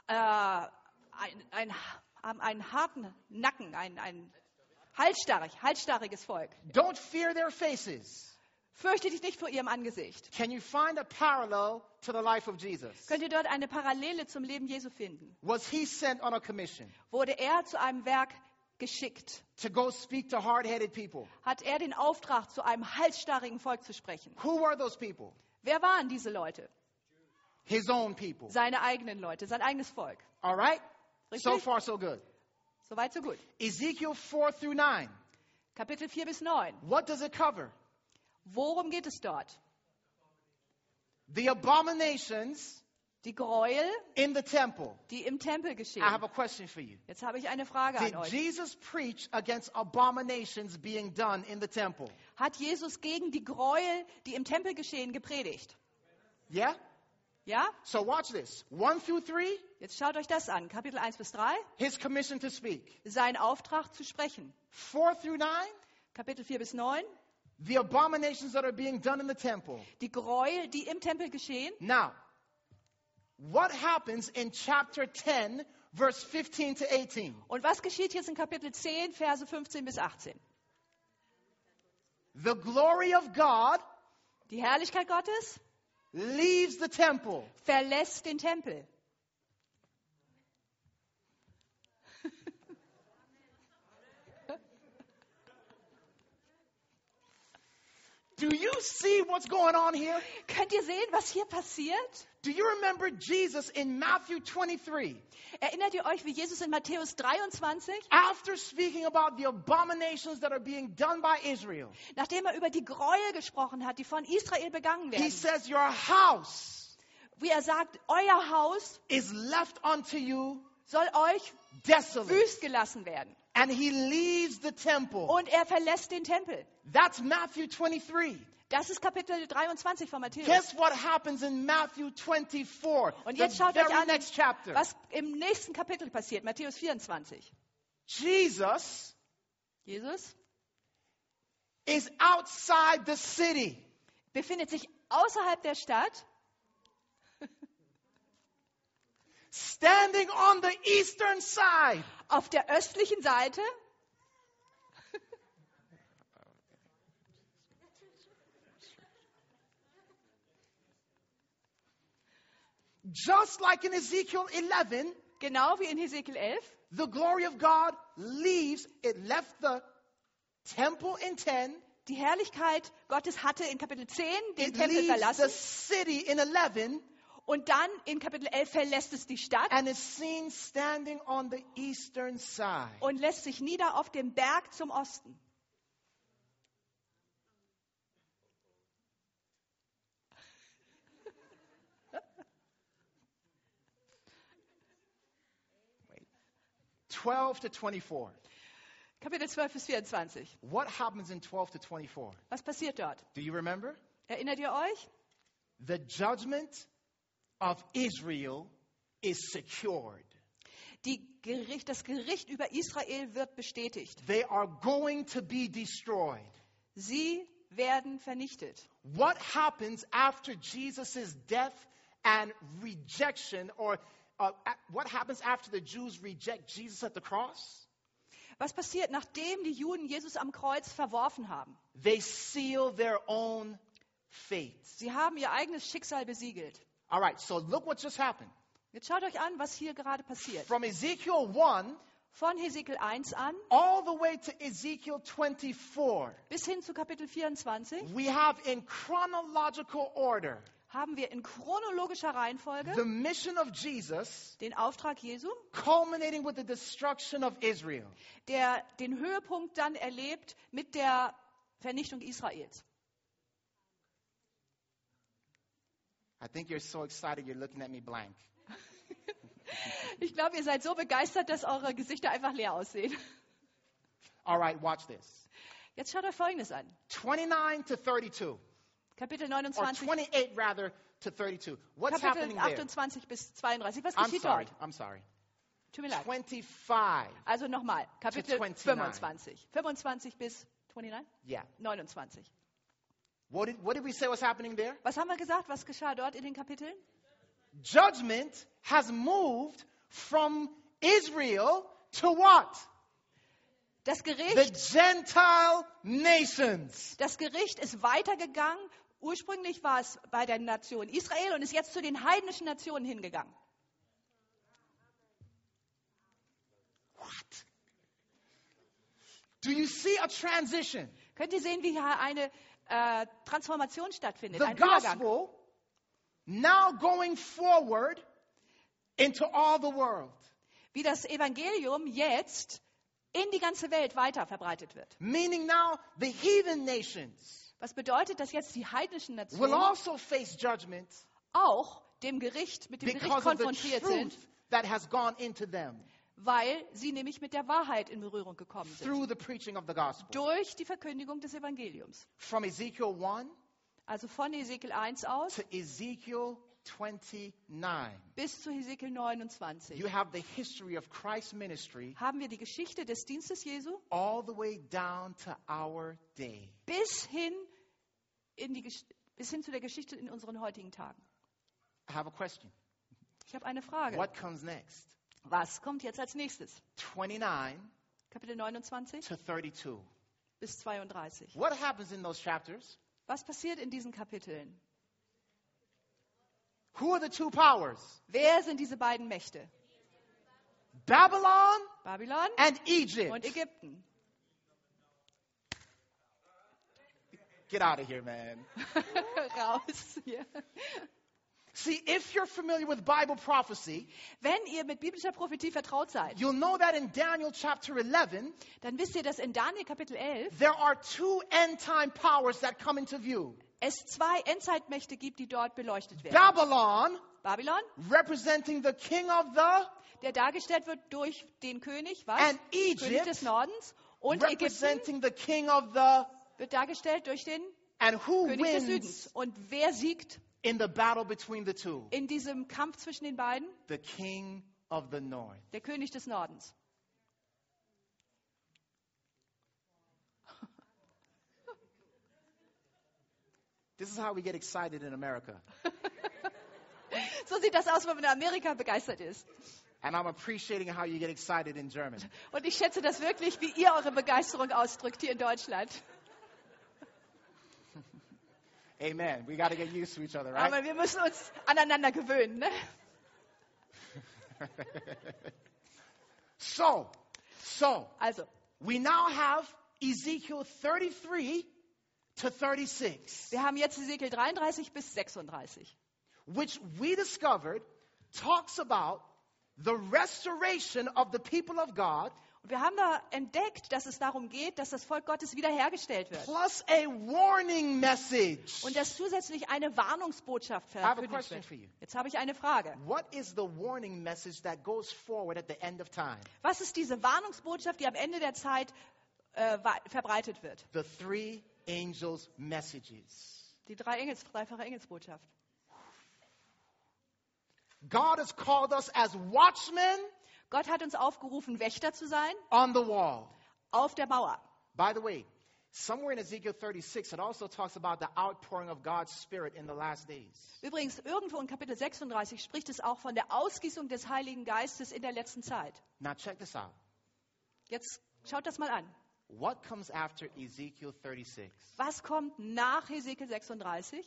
einen harten Nacken, ein halsstarriges Volk. Don't fear their faces. Fürchte dich nicht vor ihrem Angesicht. Can you find a parallel to the life of Jesus? Könnt ihr dort eine Parallele zum Leben Jesu finden? Was he sent on a commission Wurde er zu einem Werk geschickt? to go speak to hard-headed people? Hat er den Auftrag, zu einem halsstarrigen Volk zu sprechen? Who were those people? Wer waren diese Leute? His own people. Seine eigenen Leute, sein eigenes Volk. All right? So Richtig? far, so good. Soweit, so gut. Ezekiel 4 through 9. Kapitel 4 bis 9. What does it cover? Worum geht es dort? The abominations Die Gräuel, in the temple. die im Tempel geschehen. I have a question for you. Jetzt habe ich eine Frage Did an euch. Jesus preach against abominations being done in the temple? Hat Jesus gegen die Gräuel, die im Tempel geschehen, gepredigt? Yeah? Ja? So watch this. 1 through 3, Jetzt schaut euch das an. Kapitel 1 bis 3. his commission to speak. Sein Auftrag zu sprechen. 4 through 9, Kapitel 4 bis 9. the abominations that are being done in the temple. Die Gräuel, die im Tempel geschehen. Now, what happens in chapter 10, verse 15 to 18? Und was geschieht jetzt in Kapitel 10, Verse 15 bis 18? The glory of God Die Herrlichkeit Gottes leaves the temple. verlässt den Tempel. Do you see what's going on here? Könnt ihr sehen, was hier passiert? Do you remember Jesus in Matthew 23? Erinnert ihr euch, wie Jesus in Matthäus 23, After speaking about the abominations that are being done by Israel, nachdem er über die Gräuel gesprochen hat, die von Israel begangen he werden, says, your house wie er sagt, euer Haus is left unto you soll euch desolate. wüst gelassen werden. And he leaves the temple. Und er verlässt den Tempel. That's Matthew 23. Das ist Kapitel 23 von Matthäus. Guess what happens in Matthew 24? Und jetzt schaut euch an, was im nächsten Kapitel passiert, Matthäus 24. Jesus is outside the city. Befindet sich außerhalb der Stadt. Standing on the eastern side. Auf der östlichen Seite. Just like in Ezekiel 11, genau wie in Hesekiel 11, the glory of God leaves, it left the temple in 10. Die Herrlichkeit Gottes hatte in Kapitel 10 den It Tempel leaves verlassen. the city in 11. Und dann in Kapitel 11 verlässt es die Stadt. And is seen standing on the eastern side. Und lässt sich nieder auf dem Berg zum Osten. Wait. 12 to 24. Kapitel 12 bis 24. What happens in 12 to 24? Was passiert dort? Do you remember? Erinnert ihr euch? The judgment of Israel is secured. Das Gericht über Israel wird bestätigt. They are going to be destroyed. Sie werden vernichtet. What happens after Jesus' death and rejection, or what happens after the Jews reject Jesus at the cross? Was passiert, nachdem die Juden Jesus am Kreuz verworfen haben? They seal their own fate. Sie haben ihr eigenes Schicksal besiegelt. All right, so look what just happened. Jetzt schaut euch an, was hier gerade passiert. From Ezekiel 1, von Hesekiel 1 an, all the way to Ezekiel 24, bis hin zu Kapitel 24, we have in chronological order, haben wir in chronologischer Reihenfolge the mission of Jesus, den Auftrag Jesu, culminating with the destruction of Israel, der den Höhepunkt dann erlebt mit der Vernichtung Israels. I think you're so excited you're looking at me blank. Ich glaube, ihr seid so begeistert, dass eure Gesichter einfach leer aussehen. All right, watch this. Jetzt schaut euch Folgendes an. 29 to 32. Kapitel Or 29. 28 rather to 32. What's Kapitel happening there? 28 bis 32. Was I'm geschieht sorry. dort? I'm sorry. Tut mir leid. 25. Also nochmal. Kapitel 29. 25. 25 bis 29? Yeah. 29. What did we say was happening there? Was haben wir gesagt? Was geschah dort in den Kapiteln? Judgment has moved from Israel to what? Das The Gericht, Gentile nations. das Gericht ist weitergegangen. Ursprünglich war es bei der Nation Israel und ist jetzt zu den heidnischen Nationen hingegangen. What? Do you see a transition? Könnt ihr sehen, wie hier eine Transformation stattfindet? The Ein Übergang. gospel now going forward into all the world. Wie das Evangelium jetzt in die ganze Welt weiter verbreitet wird. Meaning now the heathen nations Was bedeutet, dass jetzt die heidnischen will Nationen also face judgment auch mit dem Gericht because of the konfrontiert sind, truth that has gone into them weil sie nämlich mit der Wahrheit in Berührung gekommen sind. through the preaching of the gospel. Durch die Verkündigung des Evangeliums. From Ezekiel 1 Also von Hesekiel 1 aus to Ezekiel 29, bis zu Hesekiel 29 you have the history of Christ's ministry haben wir die Geschichte des Dienstes Jesu all the way down to our day. bis hin zu der Geschichte in unseren heutigen Tagen. I have a question. Ich habe eine Frage. What comes next? Was kommt jetzt als nächstes? 29 Kapitel 29 to 32. bis 32. What happens in those chapters? Was passiert in diesen Kapiteln? Who are the two powers? Wer sind diese beiden Mächte? Babylon Babylon and Egypt. und Ägypten. Get out of here, man. Raus hier. See, if you're familiar with Bible prophecy, Wenn ihr mit biblischer Prophetie vertraut seid, you'll know that in Daniel chapter 11, dann wisst ihr, dass in Daniel Kapitel 11 there are two end-time powers that come into view. es 2 Endzeitmächte gibt, die dort beleuchtet werden. Babylon, representing the king of the, der dargestellt wird durch den König, was? And Egypt, König des Nordens. Und representing Ägypten the king of the, wird dargestellt durch den and who König des wins Südens. Und wer siegt in the battle between the two? in diesem Kampf zwischen den beiden? The king of the north. Der König des Nordens. This is how we get excited in America. So sieht das aus, wenn man in Amerika begeistert ist. And I'm appreciating how you get excited in German. Und ich schätze das wirklich, wie ihr eure Begeisterung ausdrückt hier in Deutschland. Amen. We got to get used to each other, right? Aber wir müssen uns aneinander gewöhnen, ne? Also, we now have Ezekiel 33 to 36. Wir haben jetzt Ezekiel 33 bis 36. Which we discovered talks about the restoration of the people of God. Und wir haben da entdeckt, dass es darum geht, dass das Volk Gottes wiederhergestellt wird. Plus a warning message. Und dass zusätzlich eine Warnungsbotschaft verkündigt wird. Jetzt habe ich eine Frage. What is the warning message that goes forward at the end of time? Was ist diese Warnungsbotschaft, die am Ende der Zeit verbreitet wird? The 3 angels' messages. Die dreifache Engelsbotschaft. God has called us as watchmen. Gott hat uns aufgerufen, Wächter zu sein. On the wall. Auf der Mauer. By the way, somewhere in Ezekiel 36, it also talks about the outpouring of God's Spirit in the last days. Übrigens, irgendwo in Kapitel 36 spricht es auch von der Ausgießung des Heiligen Geistes in der letzten Zeit. Now check this out. Jetzt schaut das mal an. What comes after Ezekiel 36? Was kommt nach Hesekiel 36?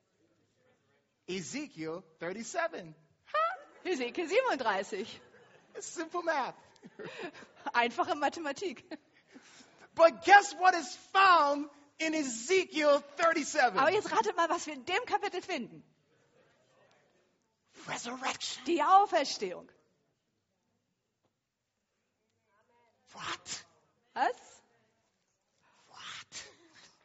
Ezekiel 37. Hesekiel 37. It's simple math. Einfache Mathematik. But guess what is found in Ezekiel 37? Aber jetzt ratet mal, was wir in dem Kapitel finden. Resurrection. Die Auferstehung. What? Was? What?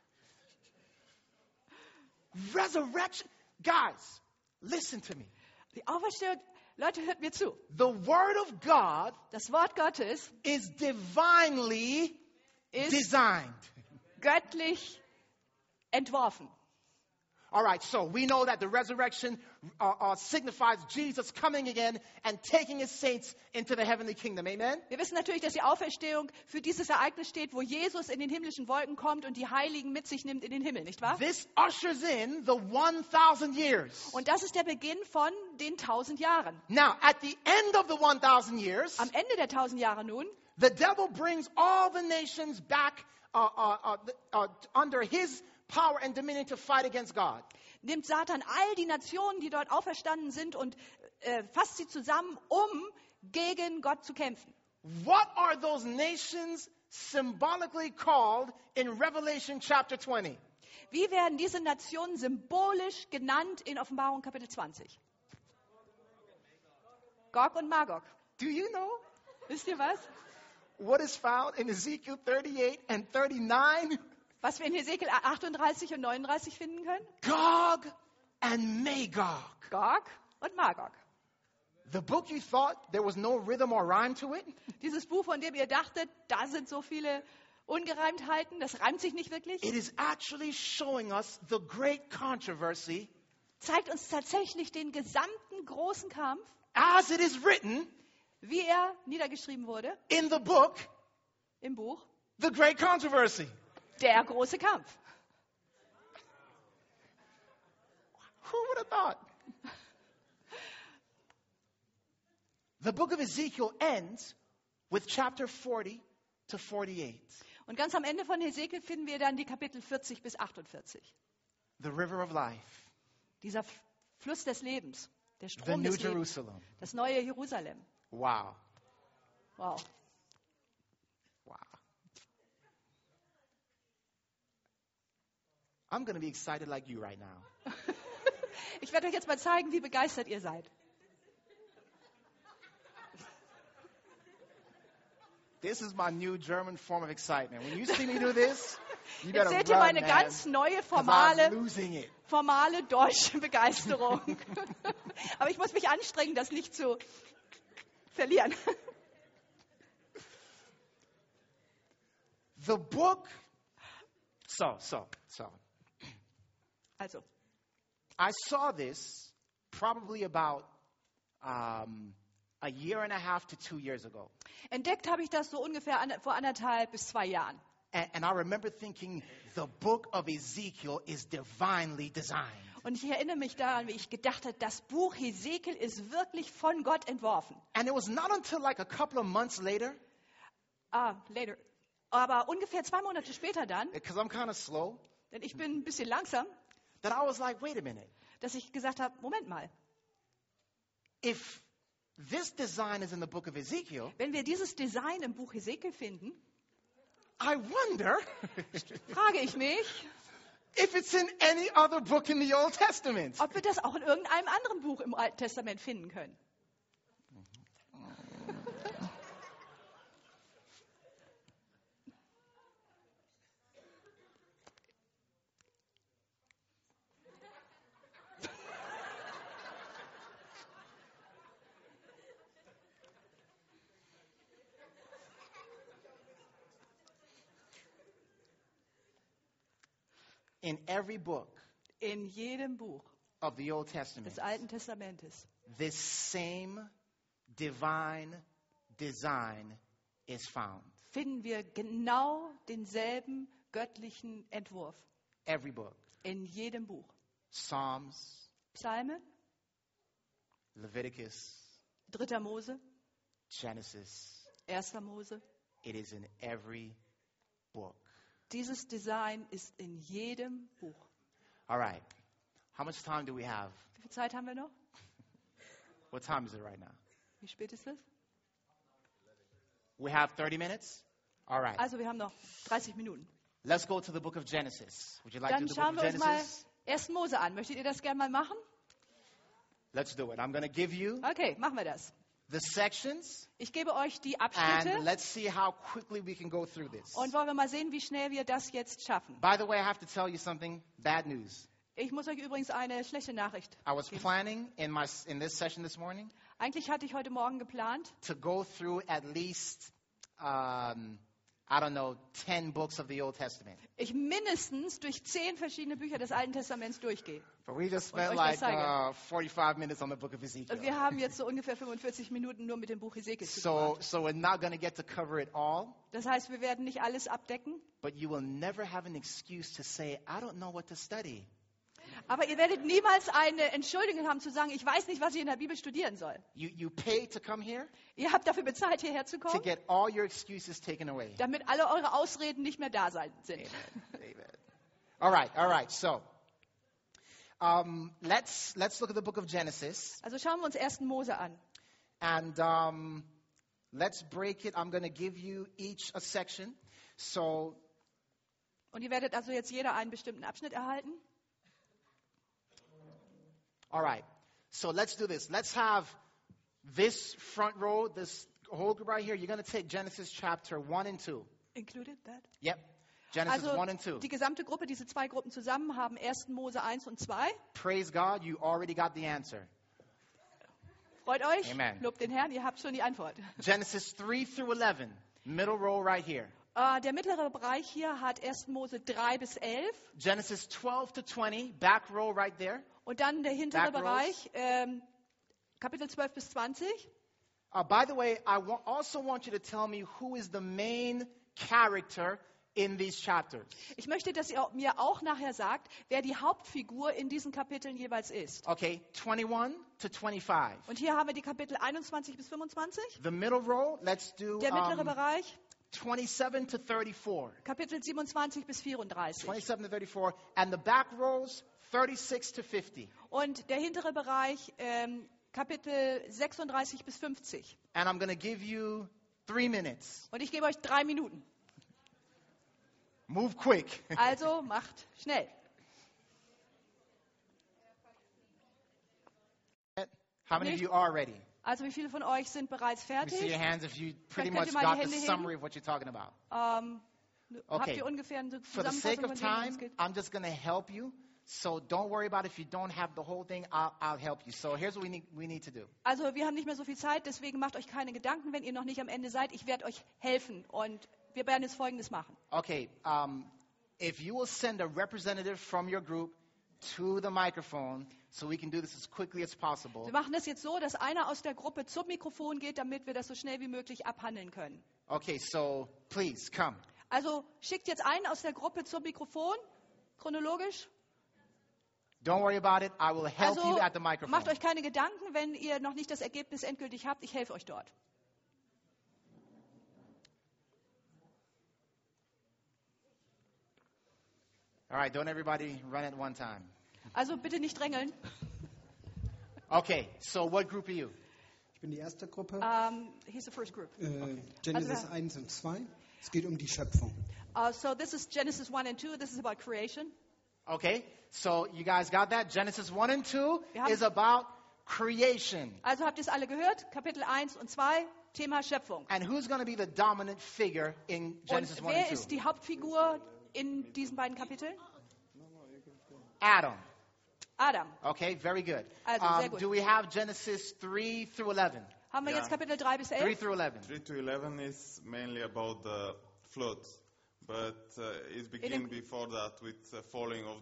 Resurrection? Guys, listen to me. Die Auferstehung, Leute, hört mir zu. The word of God, das Wort Gottes, is divinely designed. Göttlich entworfen. All right, so we know that the resurrection signifies Jesus coming again and taking his saints into the heavenly kingdom. Amen? Wir wissen natürlich, dass die Auferstehung für dieses Ereignis steht, wo Jesus in den himmlischen Wolken kommt und die Heiligen mit sich nimmt in den Himmel, nicht wahr? This ushers in the 1,000 years. Und das ist der Beginn von den 1000 Jahren. Now, at the end of the 1,000 years, am Ende der 1000 Jahre nun, the devil brings all the nations back under his power and dominion to fight against God. Nimmt Satan all die Nationen, die dort auferstanden sind, und fasst sie zusammen, gegen Gott zu kämpfen. What are those nations symbolically called in Revelation chapter 20? Wie werden diese Nationen symbolisch genannt in Offenbarung Kapitel 20? Gog und Magog. Do you know? Wisst ihr was? What is found in Ezekiel 38 and 39? Was wir in Hesekiel 38 und 39 finden können? Gog and Magog. Gog und Magog. The book you thought there was no rhythm or rhyme to it? Dieses Buch, von dem ihr dachtet, da sind so viele Ungereimtheiten, das reimt sich nicht wirklich. It is actually showing us the great controversy. Zeigt uns tatsächlich den gesamten großen Kampf. As it is written. Wie er niedergeschrieben wurde. In the book. Im Buch. The great controversy. Der große Kampf. Who would have thought? The book of Ezekiel ends with chapter 40 to 48. Und ganz am Ende von Hesekiel finden wir dann die Kapitel 40 bis 48. The river of life. Dieser Fluss des Lebens, der Strom des Lebens. Jerusalem. Das neue Jerusalem. Wow. Wow. I'm going to be excited like you right now. Ich werde euch jetzt mal zeigen, wie begeistert ihr seid. This is my new German form of excitement. When you see me do this, You Jetzt better seht ihr run, meine man, ganz neue, 'cause I'm formale losing it. deutsche Begeisterung. Aber ich muss mich anstrengen, das nicht zu verlieren. The book, so. Also, I saw this probably about a year and a half to 2 years ago. entdeckt habe ich das so ungefähr vor 1,5 bis 2 Jahren. And I remember thinking, the book of Ezekiel is divinely designed. Und ich erinnere mich daran, wie ich gedacht habe, das Buch Hesekiel ist wirklich von Gott entworfen. And it was not until like a couple of months later, Later. Aber ungefähr 2 Monate später dann, because I'm kind of slow, denn ich bin ein bisschen langsam, that I was like, wait a minute. dass ich gesagt habe, Moment mal, If this design is in the book of Ezekiel, wenn wir dieses Design im Buch Hesekiel finden, I wonder frage ich mich, if it's in any other book in the Old Testament. ob wir das auch in irgendeinem anderen Buch im Alten Testament finden können. In every book In jedem Buch of the Old Testament, des Alten Testamentes this same divine design is found. finden wir genau denselben göttlichen Entwurf. Every book. In jedem Buch. Psalms, Psalme, Leviticus, 3. Mose, Genesis. 1. Mose. It is in every book. Dieses Design ist in jedem Buch. All right. How much time do we have? Wie viel Zeit haben wir noch? What time is it right now? Wie spät ist es? We have 30 minutes? All right. Also wir haben noch 30 Minuten. Let's go to the book of Genesis. Would you like to Dann do the book schauen of wir uns mal Genesis? 1. Mose an. Möchtet ihr das gerne mal machen? Let's do it. I'm going to give you Okay, machen wir das. the sections, Ich gebe euch die and Abschnitte let's see how quickly we can go through this. und wollen wir mal sehen, wie schnell wir das jetzt schaffen. By the way, I have to tell you something, bad news. Ich muss euch übrigens eine schlechte Nachricht I was geben. planning in this session this morning Eigentlich hatte ich heute Morgen geplant, to go through at least, I don't know, 10 books of the Old Testament. ich mindestens durch 10 verschiedene Bücher des Alten Testaments durchgehe. But we just Und spent euch like das zeige. 45 minutes on the book of Ezekiel. Und wir haben jetzt so ungefähr 45 Minuten nur mit dem Buch Hesekiel zu So, tun. so we're not going to get to cover it all, Das heißt, wir werden nicht alles abdecken, but you will never have an excuse to say, I don't know what to study. aber ihr werdet niemals eine Entschuldigung haben zu sagen, ich weiß nicht, was ich in der Bibel studieren soll. You pay to come here Ihr habt dafür bezahlt, hierher zu to kommen, get all your excuses taken away. damit alle eure Ausreden nicht mehr da sind. Amen. All right. So, let's look at the book of Genesis, Also schauen wir uns 1. Mose an. and let's break it. I'm going to give you each a section. So, Und ihr werdet also jetzt jeder einen bestimmten Abschnitt erhalten. all right. So let's do this. Let's have this front row, this whole group right here. You're going to take Genesis chapter 1 and 2. Included that? Yep. Genesis Also 1 and 2. die gesamte Gruppe, diese 2 Gruppen zusammen haben 1. Mose 1 und 2. Praise God, you already got the answer. Freut euch, Amen. lobt den Herrn, ihr habt schon die Antwort. Genesis 3 through 11, middle row right here. Der mittlere Bereich hier hat 1. Mose 3 bis 11 Genesis 12 to 20, back row right there. und dann der hintere Back rows. Bereich, Kapitel 12 bis 20. By the way, I also want you to tell me who is the main character in these chapters. Ich möchte, dass ihr mir auch nachher sagt, wer die Hauptfigur in diesen Kapiteln jeweils ist. Okay, 21 to 25. Und hier haben wir die Kapitel 21 bis 25. The middle row, let's do Der mittlere Bereich, 27 to 34. Kapitel 27 bis 34. 27 to 34. And the back rows, 36 to 50. Und der hintere Bereich, Kapitel 36 bis 50. And I'm going to give you 3 minutes. Und ich gebe euch 3 Minuten. Move quick. Also macht schnell. How many of you are ready? Also wie viele von euch sind bereits Let me see your fertig? hands if you pretty Dann könnt much ihr mal die got the Hände summary of what you're talking about. Habt ihr ungefähr eine For the sake Zusammenfassung of von dem, worum es time, geht? I'm just going to help you. So don't worry about it. If you don't have the whole thing, I'll help you. So here's what we need to do. Also wir haben nicht mehr so viel Zeit, deswegen macht euch keine Gedanken, wenn ihr noch nicht am Ende seid. Ich werde euch helfen und wir werden jetzt Folgendes machen. Okay, if you will send a representative from your group to the microphone so we can do this as quickly as possible. Wir machen das jetzt so, dass einer aus der Gruppe zum Mikrofon geht, damit wir das so schnell wie möglich abhandeln können. Okay, so please come. Also schickt jetzt einen aus der Gruppe zum Mikrofon, chronologisch. Don't worry about it. I will help Also you at the microphone. macht euch keine Gedanken, wenn ihr noch nicht das Ergebnis endgültig habt. Ich helfe euch dort. All right, don't everybody run at one time. Also bitte nicht drängeln. Okay, so what group are you? Ich bin die erste Gruppe. He's the first group. Genesis 1 und 2. Es geht um die Schöpfung. So this is Genesis 1 and 2. This is about creation. Okay, so you guys got that? Genesis 1 and 2 Wir haben- is about creation. Also habt ihr es alle gehört? Kapitel 1 und 2, Thema Schöpfung. And who's going to be the dominant figure in Genesis Und 1 wer and ist 2? die Hauptfigur in diesen beiden Kapiteln? Adam. Adam. Okay, very good. Also, sehr gut. Do we have Genesis 3 through 11? Haben wir Ja. jetzt Kapitel 3 bis 3 11? through 11. 3 to 11 is mainly about the flood, but it begins before that with the falling of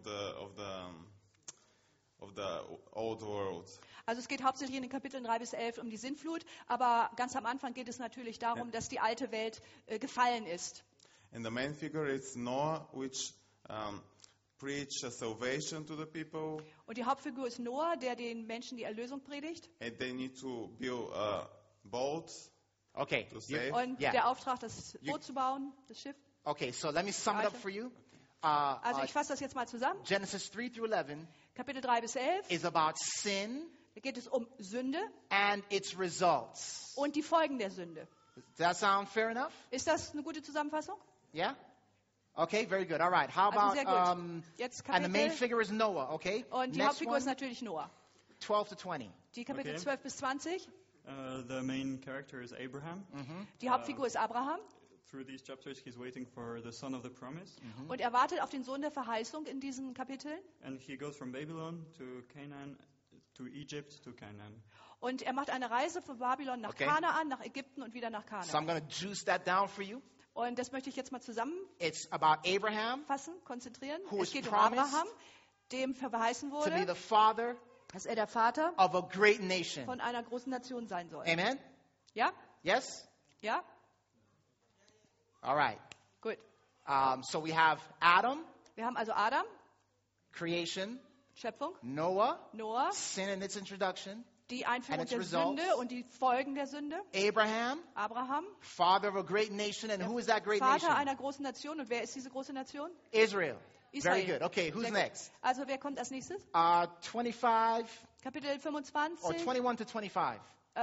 the old world. Also es geht hauptsächlich in den Kapiteln 3 bis 11 um die Sintflut, aber ganz am Anfang geht es natürlich darum, dass die alte Welt gefallen ist. And the main figure is Noah, which preach a salvation to the people, Und die Hauptfigur ist Noah, der den Menschen die Erlösung predigt. and they need to build a boat Okay. to save. Und Yeah. der Auftrag, das Boot zu bauen, das Schiff. Okay, so let me sum it up for you. Also ich fasse das jetzt mal zusammen. Genesis 3 through 11 Kapitel 3 bis 11, is about sin da geht es um Sünde and its results. und die Folgen der Sünde. Does that sound fair enough? Ist das eine gute Zusammenfassung? Yeah? Okay, very good. All right. How Also about, sehr gut. Jetzt and the main Kapitel, figure is Noah, okay? und die Next Hauptfigur ist one, natürlich Noah. 12 to 20. Die Kapitel Okay. 12 bis 20, The main character is Abraham. die Hauptfigur ist Abraham Through these chapters, he's waiting for the son of the promise, und er wartet auf den Sohn der Verheißung in diesen Kapiteln. and he goes from Babylon to Canaan, to Egypt to Canaan. Und er macht eine Reise von Babylon nach Okay. Kanaan, nach Ägypten und wieder nach So I'm Kanaan. going to juice that down for you. Und das möchte ich jetzt mal zusammenfassen, It's about Abraham konzentrieren. Who Es is geht um promised Abraham, dem verheißen to be wurde, the father dass er der Vater of a great nation. von einer großen Nation sein soll. Amen? Ja? Yes? Ja? All right. Gut. So we have Adam, Wir haben also Adam, creation, Schöpfung, Noah, Noah, sin and its introduction, die Einführung And its der results. Sünde und die Folgen der Sünde, Abraham, Abraham, father of a great nation. And who is that great Vater nation? einer großen Nation. Und wer ist diese große Nation? Israel. Israel. Very good. Okay, who's Sehr gut. next? Also wer kommt als nächstes? 25 Kapitel or 25, 21 to 25.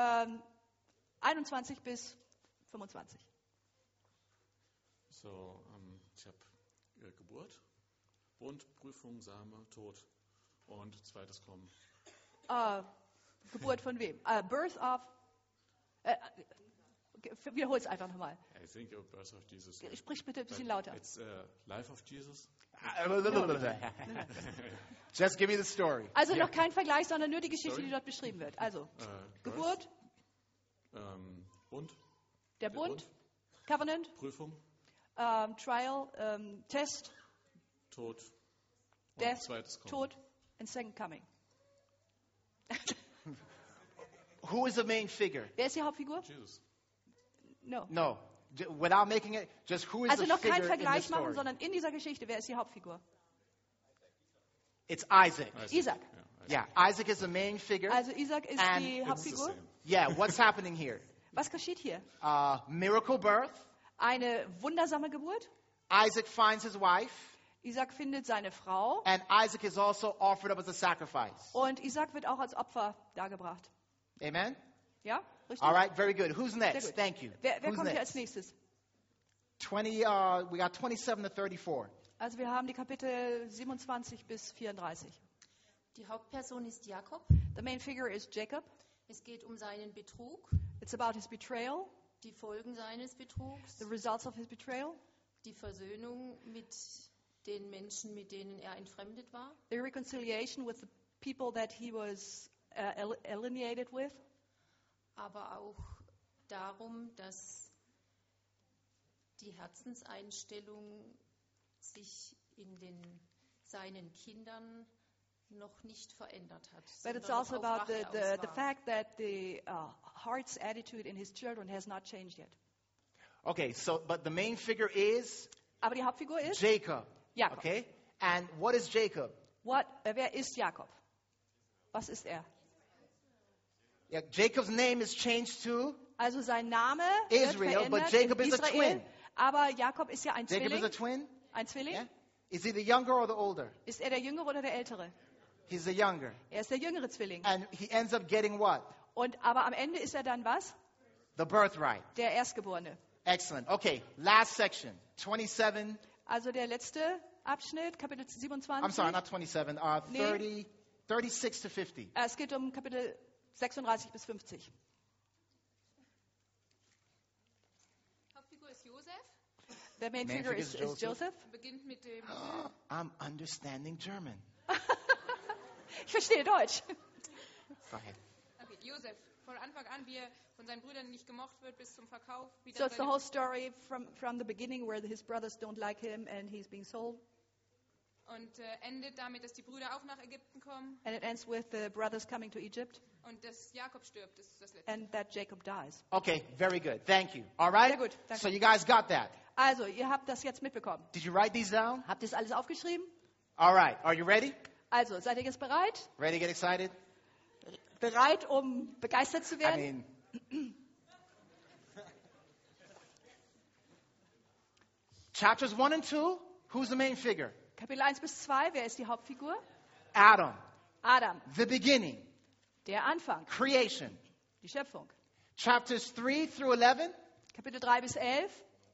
21 bis 25. So, ich habe Geburt, Bund, Prüfung, Same, Tod und zweites Kommen. Geburt von wem? Birth of. Wiederhol es einfach nochmal. I think of birth of Jesus. Sprich bitte ein bisschen lauter. It's life of Jesus. Just give me the story. Also noch kein Vergleich, sondern nur die Geschichte, die dort beschrieben wird. Also Geburt, Bund, der Bund, Covenant, Prüfung, Trial, Test, Tod und Death, zweites Kommen. Tod and Second Coming. Who is the main figure? Wer ist die Hauptfigur? Jesus. No. No. Without making it, just who is Also the noch figure kein in the Vergleich machen, story? sondern in dieser Geschichte, wer ist die Hauptfigur? It's Isaac. Isaac. Yeah, Isaac is the main figure. Also Isaac ist And die it's Hauptfigur. Yeah, what's happening here? Was geschieht hier? Miracle birth. Eine wundersame Geburt. Isaac finds his wife. Isaac findet seine Frau. And Isaac is also offered up as a sacrifice. Und Isaac wird auch als Opfer dargebracht. Amen? Ja? Richtig? All right, very good. Who's Sehr next? gut. Thank you. Wer Who's kommt hier next? als nächstes? 20, we got 27 to 34. Also wir haben die Kapitel 27 bis 34. Die Hauptperson ist Jakob. The main figure is Jacob. Es geht um seinen Betrug, It's about his betrayal, die Folgen seines Betrugs, the results of his betrayal, die Versöhnung mit den Menschen, mit denen er entfremdet war. The reconciliation with the people that he was alienated with. Aber auch darum, dass die Herzenseinstellung sich in seinen Kindern noch nicht verändert hat. But it's also about the fact that the heart's attitude in his children has not changed yet. Okay, but the main figure is Aber die Hauptfigur ist Jacob. Jakob. Okay, and what is Jacob? Wer ist Jakob? Was ist er? Yeah, Jacob's name is changed to Also sein Name Israel, but Jacob is a twin. Aber Jakob ist ja ein Jacob Zwilling. is a twin? Ein Zwilling? Yeah? Is he the younger or the older? Ist er der Jüngere oder der Ältere? He's the younger. Er ist der jüngere Zwilling. And he ends up getting what? Aber am Ende ist er dann was? The birthright. Der Erstgeborene. Excellent. Okay, last section, 27. Also der letzte Abschnitt, Kapitel 27. I'm sorry, not 27, 36 to 50. Es geht um Kapitel 36 bis 50. Hauptfigur ist Josef. The main figure is Joseph. Beginnt mit dem I'm understanding German. Ich verstehe Deutsch. Go ahead. Okay, Josef, von Anfang an, wie er von seinen Brüdern nicht gemocht wird, bis zum Verkauf. So it's the whole story from the beginning where his brothers don't like him and he's being sold. Und endet damit, dass die Brüder auch nach Ägypten kommen. And it ends with the brothers coming to Egypt. Und dass Jakob stirbt, das ist das letzte. And that Jacob dies. Okay, very good. Thank you. All right? Sehr gut, danke. So you guys got that. Also, ihr habt das jetzt mitbekommen. Did you write these down? Habt ihr das alles aufgeschrieben? All right. Are you ready? Also, seid ihr jetzt bereit? Ready to get excited? Bereit, um begeistert zu werden? Chapters 1 and 2, who's the main figure? Kapitel 1 bis 2, wer ist die Hauptfigur? Adam. Adam. The beginning. Der Anfang. Creation. Die Schöpfung. Chapters 3 through 11. Kapitel 3 bis 11.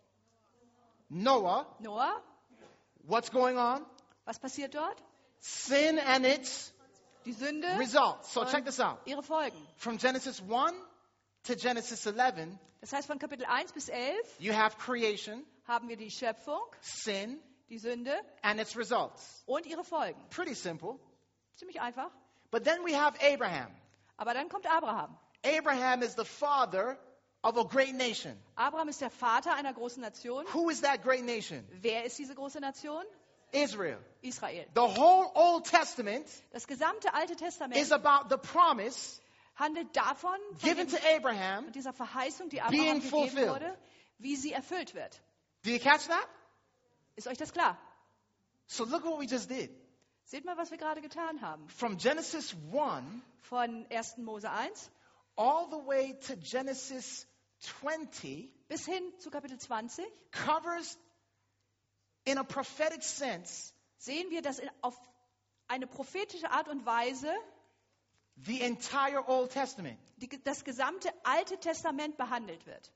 Noah. Noah. What's going on? Was passiert dort? Sin and its die Sünde results. So check this out. Ihre Folgen. From Genesis 1 to Genesis 11. Das heißt von Kapitel 1 bis 11. You have creation. Haben wir die Schöpfung. Sin. Die Sünde. And its results. Und ihre Folgen. Pretty simple. Ziemlich einfach. But then we have Abraham. Aber dann kommt Abraham. Abraham is the father of a great nation. Abraham ist der Vater einer großen Nation. Who is that great nation? Wer ist diese große Nation? Israel. Israel. The whole Old Testament das gesamte Alte Testament is about the promise handelt davon, given to Abraham, dieser Verheißung, die Abraham gegeben wurde, wie sie erfüllt wird. Do you catch that? Ist euch das klar? So look what we just did. Seht mal, was wir gerade getan haben. From Genesis 1 von 1. Mose 1 all the way to Genesis 20 bis hin zu Kapitel 20 covers in a prophetic sense sehen wir, dass auf eine prophetische Art und Weise the entire Old Testament. Das gesamte Alte Testament behandelt wird.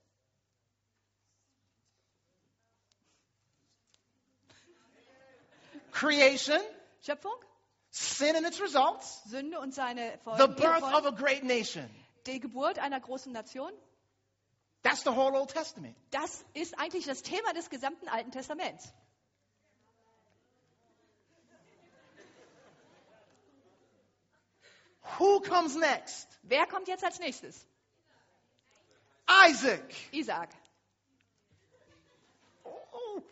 Creation, Schöpfung, sin and its results, Sünde und seine Folgen, the birth of a great nation. Die Geburt einer großen Nation. That's the whole Old Testament. Das ist eigentlich das Thema des gesamten Alten Testaments. Who comes next? Wer kommt jetzt als nächstes? Isaac. Isaac. Oh.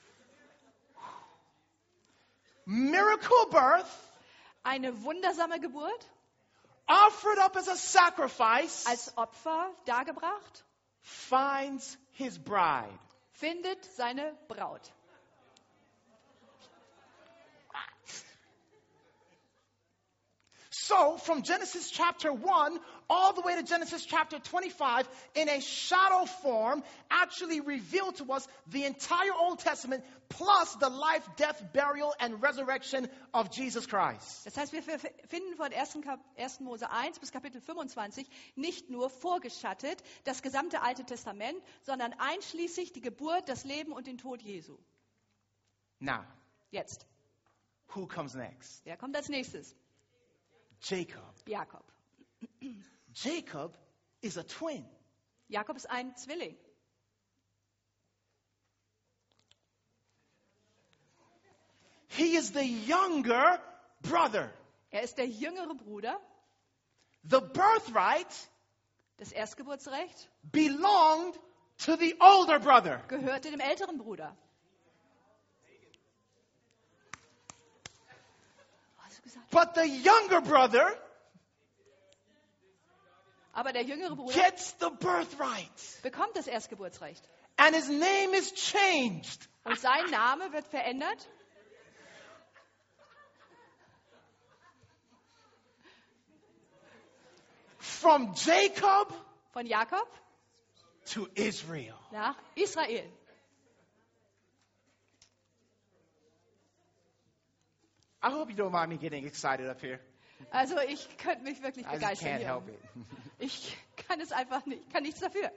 Miracle birth. Eine wundersame Geburt. Offered up as a sacrifice. Als Opfer dargebracht. Finds his bride. Findet seine Braut. So, from Genesis chapter 1 all the way to Genesis chapter 25, in a shadow form, actually revealed to us the entire Old Testament, plus the life, death, burial, and resurrection of Jesus Christ. Das heißt, wir finden von 1. Mose 1 bis Kapitel 25 nicht nur vorgeschattet das gesamte Alte Testament, sondern einschließlich die Geburt, das Leben und den Tod Jesu. Now, jetzt. Who comes next? Wer kommt als nächstes? Jakob. Jacob is a twin. Jakob ist ein Zwilling. He is the younger brother. Er ist der jüngere Bruder. The birthright, das Erstgeburtsrecht, belonged to the older brother. Gehörte dem älteren Bruder. But the younger brother aber der jüngere Bruder gets the birthright. Bekommt das Erstgeburtsrecht. And his name is changed. Und sein Name wird verändert. From Jacob von Jakob to Israel. Nach Israel. I hope you don't mind me getting excited up here. Also ich könnte mich wirklich I just begeistern can't hier. help it. Ich kann es einfach nicht, kann nichts dafür.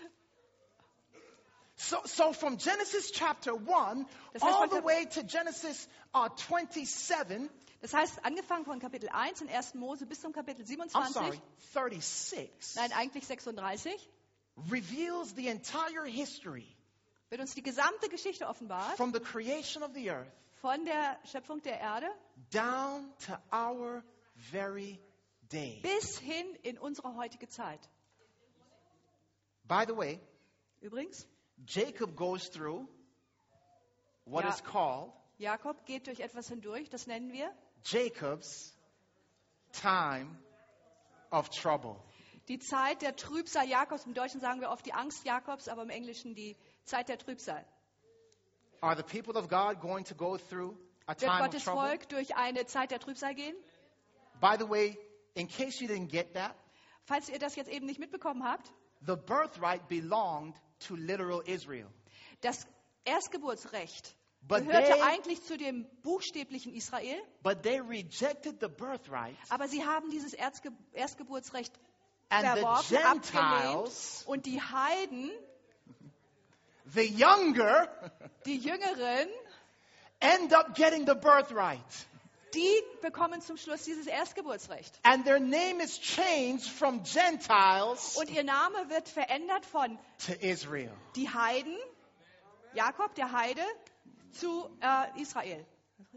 So from Genesis chapter 1 all the way to Genesis 27. Das heißt, angefangen von Kapitel 1 in 1. Mose bis zum Kapitel 27. 36. Nein, eigentlich 36. Reveals the entire history. Wird uns die gesamte Geschichte offenbart. From the creation of the earth. Von der Schöpfung der Erde. Down to our very day. Bis hin in unsere heutige Zeit. By the way. Übrigens. Jacob goes through what is called. Jakob geht durch etwas hindurch, das nennen wir Jacob's time of trouble. Die Zeit der Trübsal Jakobs. Im Deutschen sagen wir oft die Angst Jakobs, aber im Englischen die Zeit der Trübsal. Are the people of God going to go through a Wird time of Gottes trouble? Volk durch eine Zeit der Trübsal gehen? By the way, in case you didn't get that, falls ihr das jetzt eben nicht mitbekommen habt, the birthright belonged to literal Israel. Das Erstgeburtsrecht gehörte eigentlich zu dem buchstäblichen Israel. But they rejected the birthright. Aber sie haben dieses Erstgeburtsrecht and verworfen, the Gentiles, und die Heiden, the younger, die Jüngeren, end up getting the birthright. Die bekommen zum Schluss dieses Erstgeburtsrecht. And their name is changed from Gentiles und ihr Name wird verändert von to Israel. Die Heiden, Jakob, der Heide, zu Israel.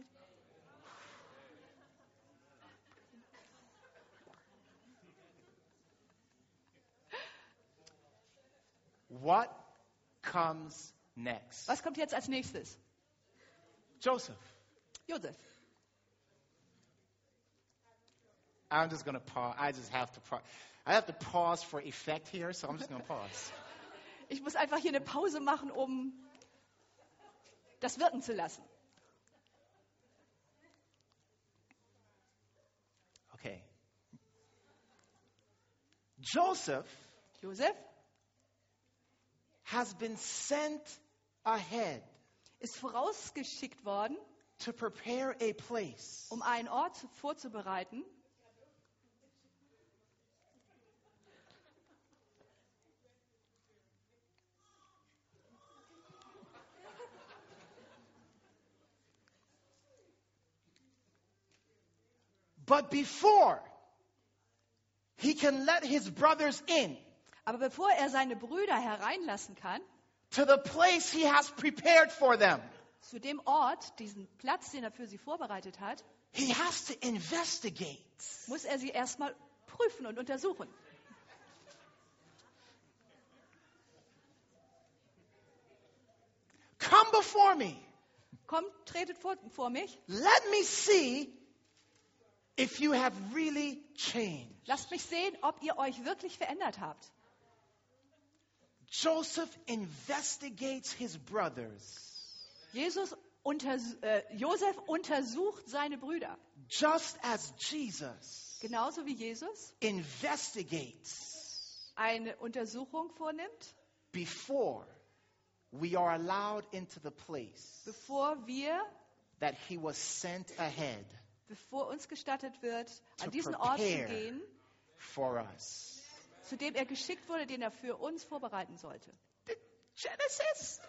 What comes next? Was kommt jetzt als nächstes? Joseph. Josef. I'm just going to pause. I just have to pause. I have to pause for effect here, so I'm just going to pause. Ich muss einfach hier eine Pause machen, um das wirken zu lassen. Okay. Joseph has been sent ahead. Ist vorausgeschickt worden, to prepare a place. Um einen Ort vorzubereiten. But before he can let his brothers in, aber bevor seine Brüder hereinlassen kann, to the place he has prepared for them, zu dem Ort, diesen Platz, den für sie vorbereitet hat, he has to investigate. Muss sie erstmal prüfen und untersuchen. Come before me. Kommt, tretet vor mich. Let me see if you have really changed. Lasst mich sehen, ob ihr euch wirklich verändert habt. Joseph investigates his brothers. Josef untersucht seine Brüder. Just as Jesus genauso wie Jesus investigates eine Untersuchung vornimmt, before we are allowed into the place bevor wir that he was sent ahead. Bevor uns gestattet wird, an diesen Ort zu gehen, for us. Zu dem geschickt wurde, den für uns vorbereiten sollte. Genesis?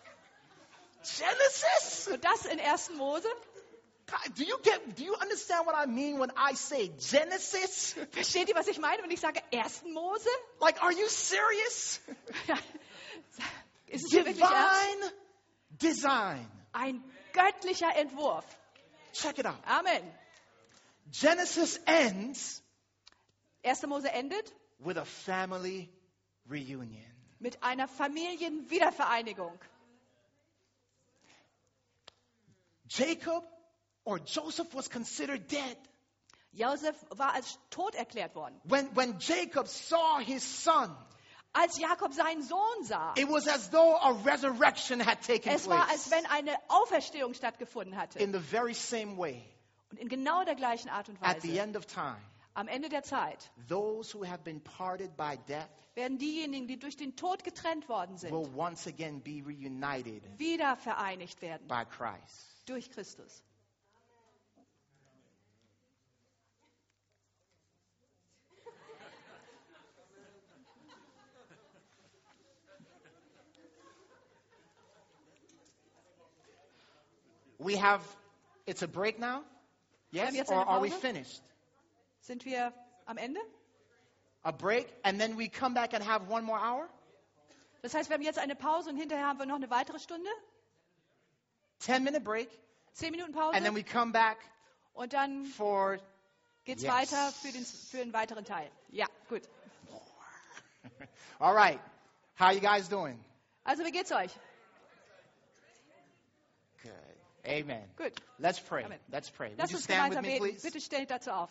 Und das in 1. Mose? Do you understand what I mean when I say Genesis? Versteht ihr, was ich meine, wenn ich sage 1. Mose? Like, are you serious? Ist es wirklich ernst? Design. Ein göttlicher Entwurf. Check it out. Amen. Genesis ends 1. Mose endet with a family reunion. Mit einer Familienwiedervereinigung. Jacob or Joseph was considered dead. Josef war als tot erklärt worden. When Jacob saw his son, als Jakob seinen Sohn sah, it was as though a resurrection had taken es war, als wenn eine Auferstehung stattgefunden hatte. In the very same way. Und in genau der gleichen Art und Weise. At the end of time. Am Ende der Zeit. Those who have been parted by death. Werden diejenigen, die durch den Tod getrennt worden sind. Will once again be reunited. Wieder vereinigt werden. By Christ. Durch Christus. It's a break now? Yes? Or are we finished? Sind wir am Ende? A break and then we come back and have one more hour? Das heißt, wir haben jetzt eine Pause und hinterher haben wir noch eine weitere Stunde? 10-minute break. 10 Minuten Pause. And then we come back und dann geht's weiter für den weiteren Teil. Ja, gut. All right. How are you guys doing? Also, wie geht's euch? Good. Amen. Gut. Let's pray. Amen. Let's pray. Lass uns gemeinsam beten. Bitte stellt dazu auf.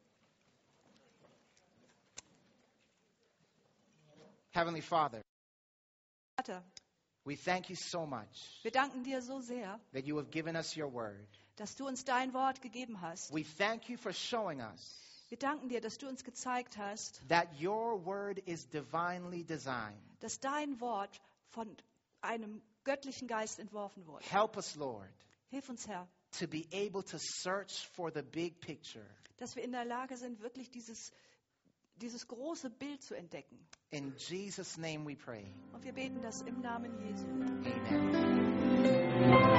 Heavenly Father, Vater, we thank you so much wir danken dir so sehr, that you have given us your word. Dass du uns dein Wort gegeben hast. We thank you for showing us wir danken dir, dass du uns gezeigt hast, that your word is divinely designed. Dass dein Wort von einem göttlichen Geist entworfen wurde. Help us, Lord. Hilf uns, Herr. To be able to search for the big picture. Dass wir in der Lage sind, wirklich dieses große Bild zu entdecken. In Jesus' name we pray. Und wir beten das im Namen Jesu. Amen.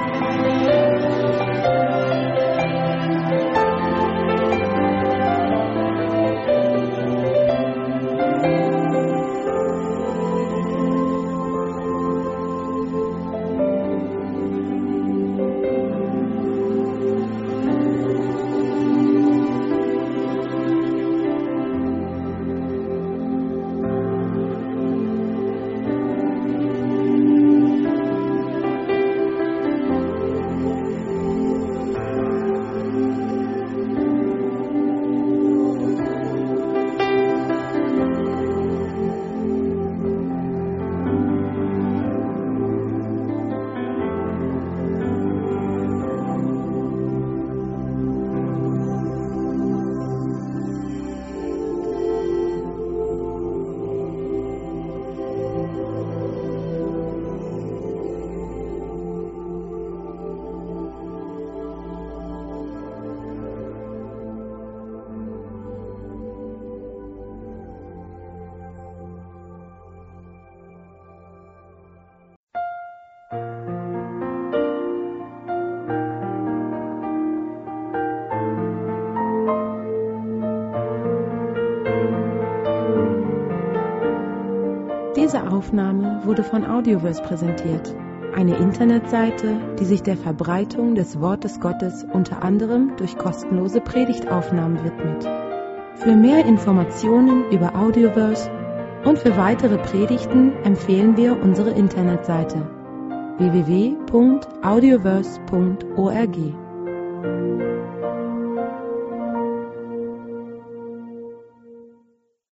Diese Aufnahme wurde von Audioverse präsentiert, eine Internetseite, die sich der Verbreitung des Wortes Gottes unter anderem durch kostenlose Predigtaufnahmen widmet. Für mehr Informationen über Audioverse und für weitere Predigten empfehlen wir unsere Internetseite www.audioverse.org.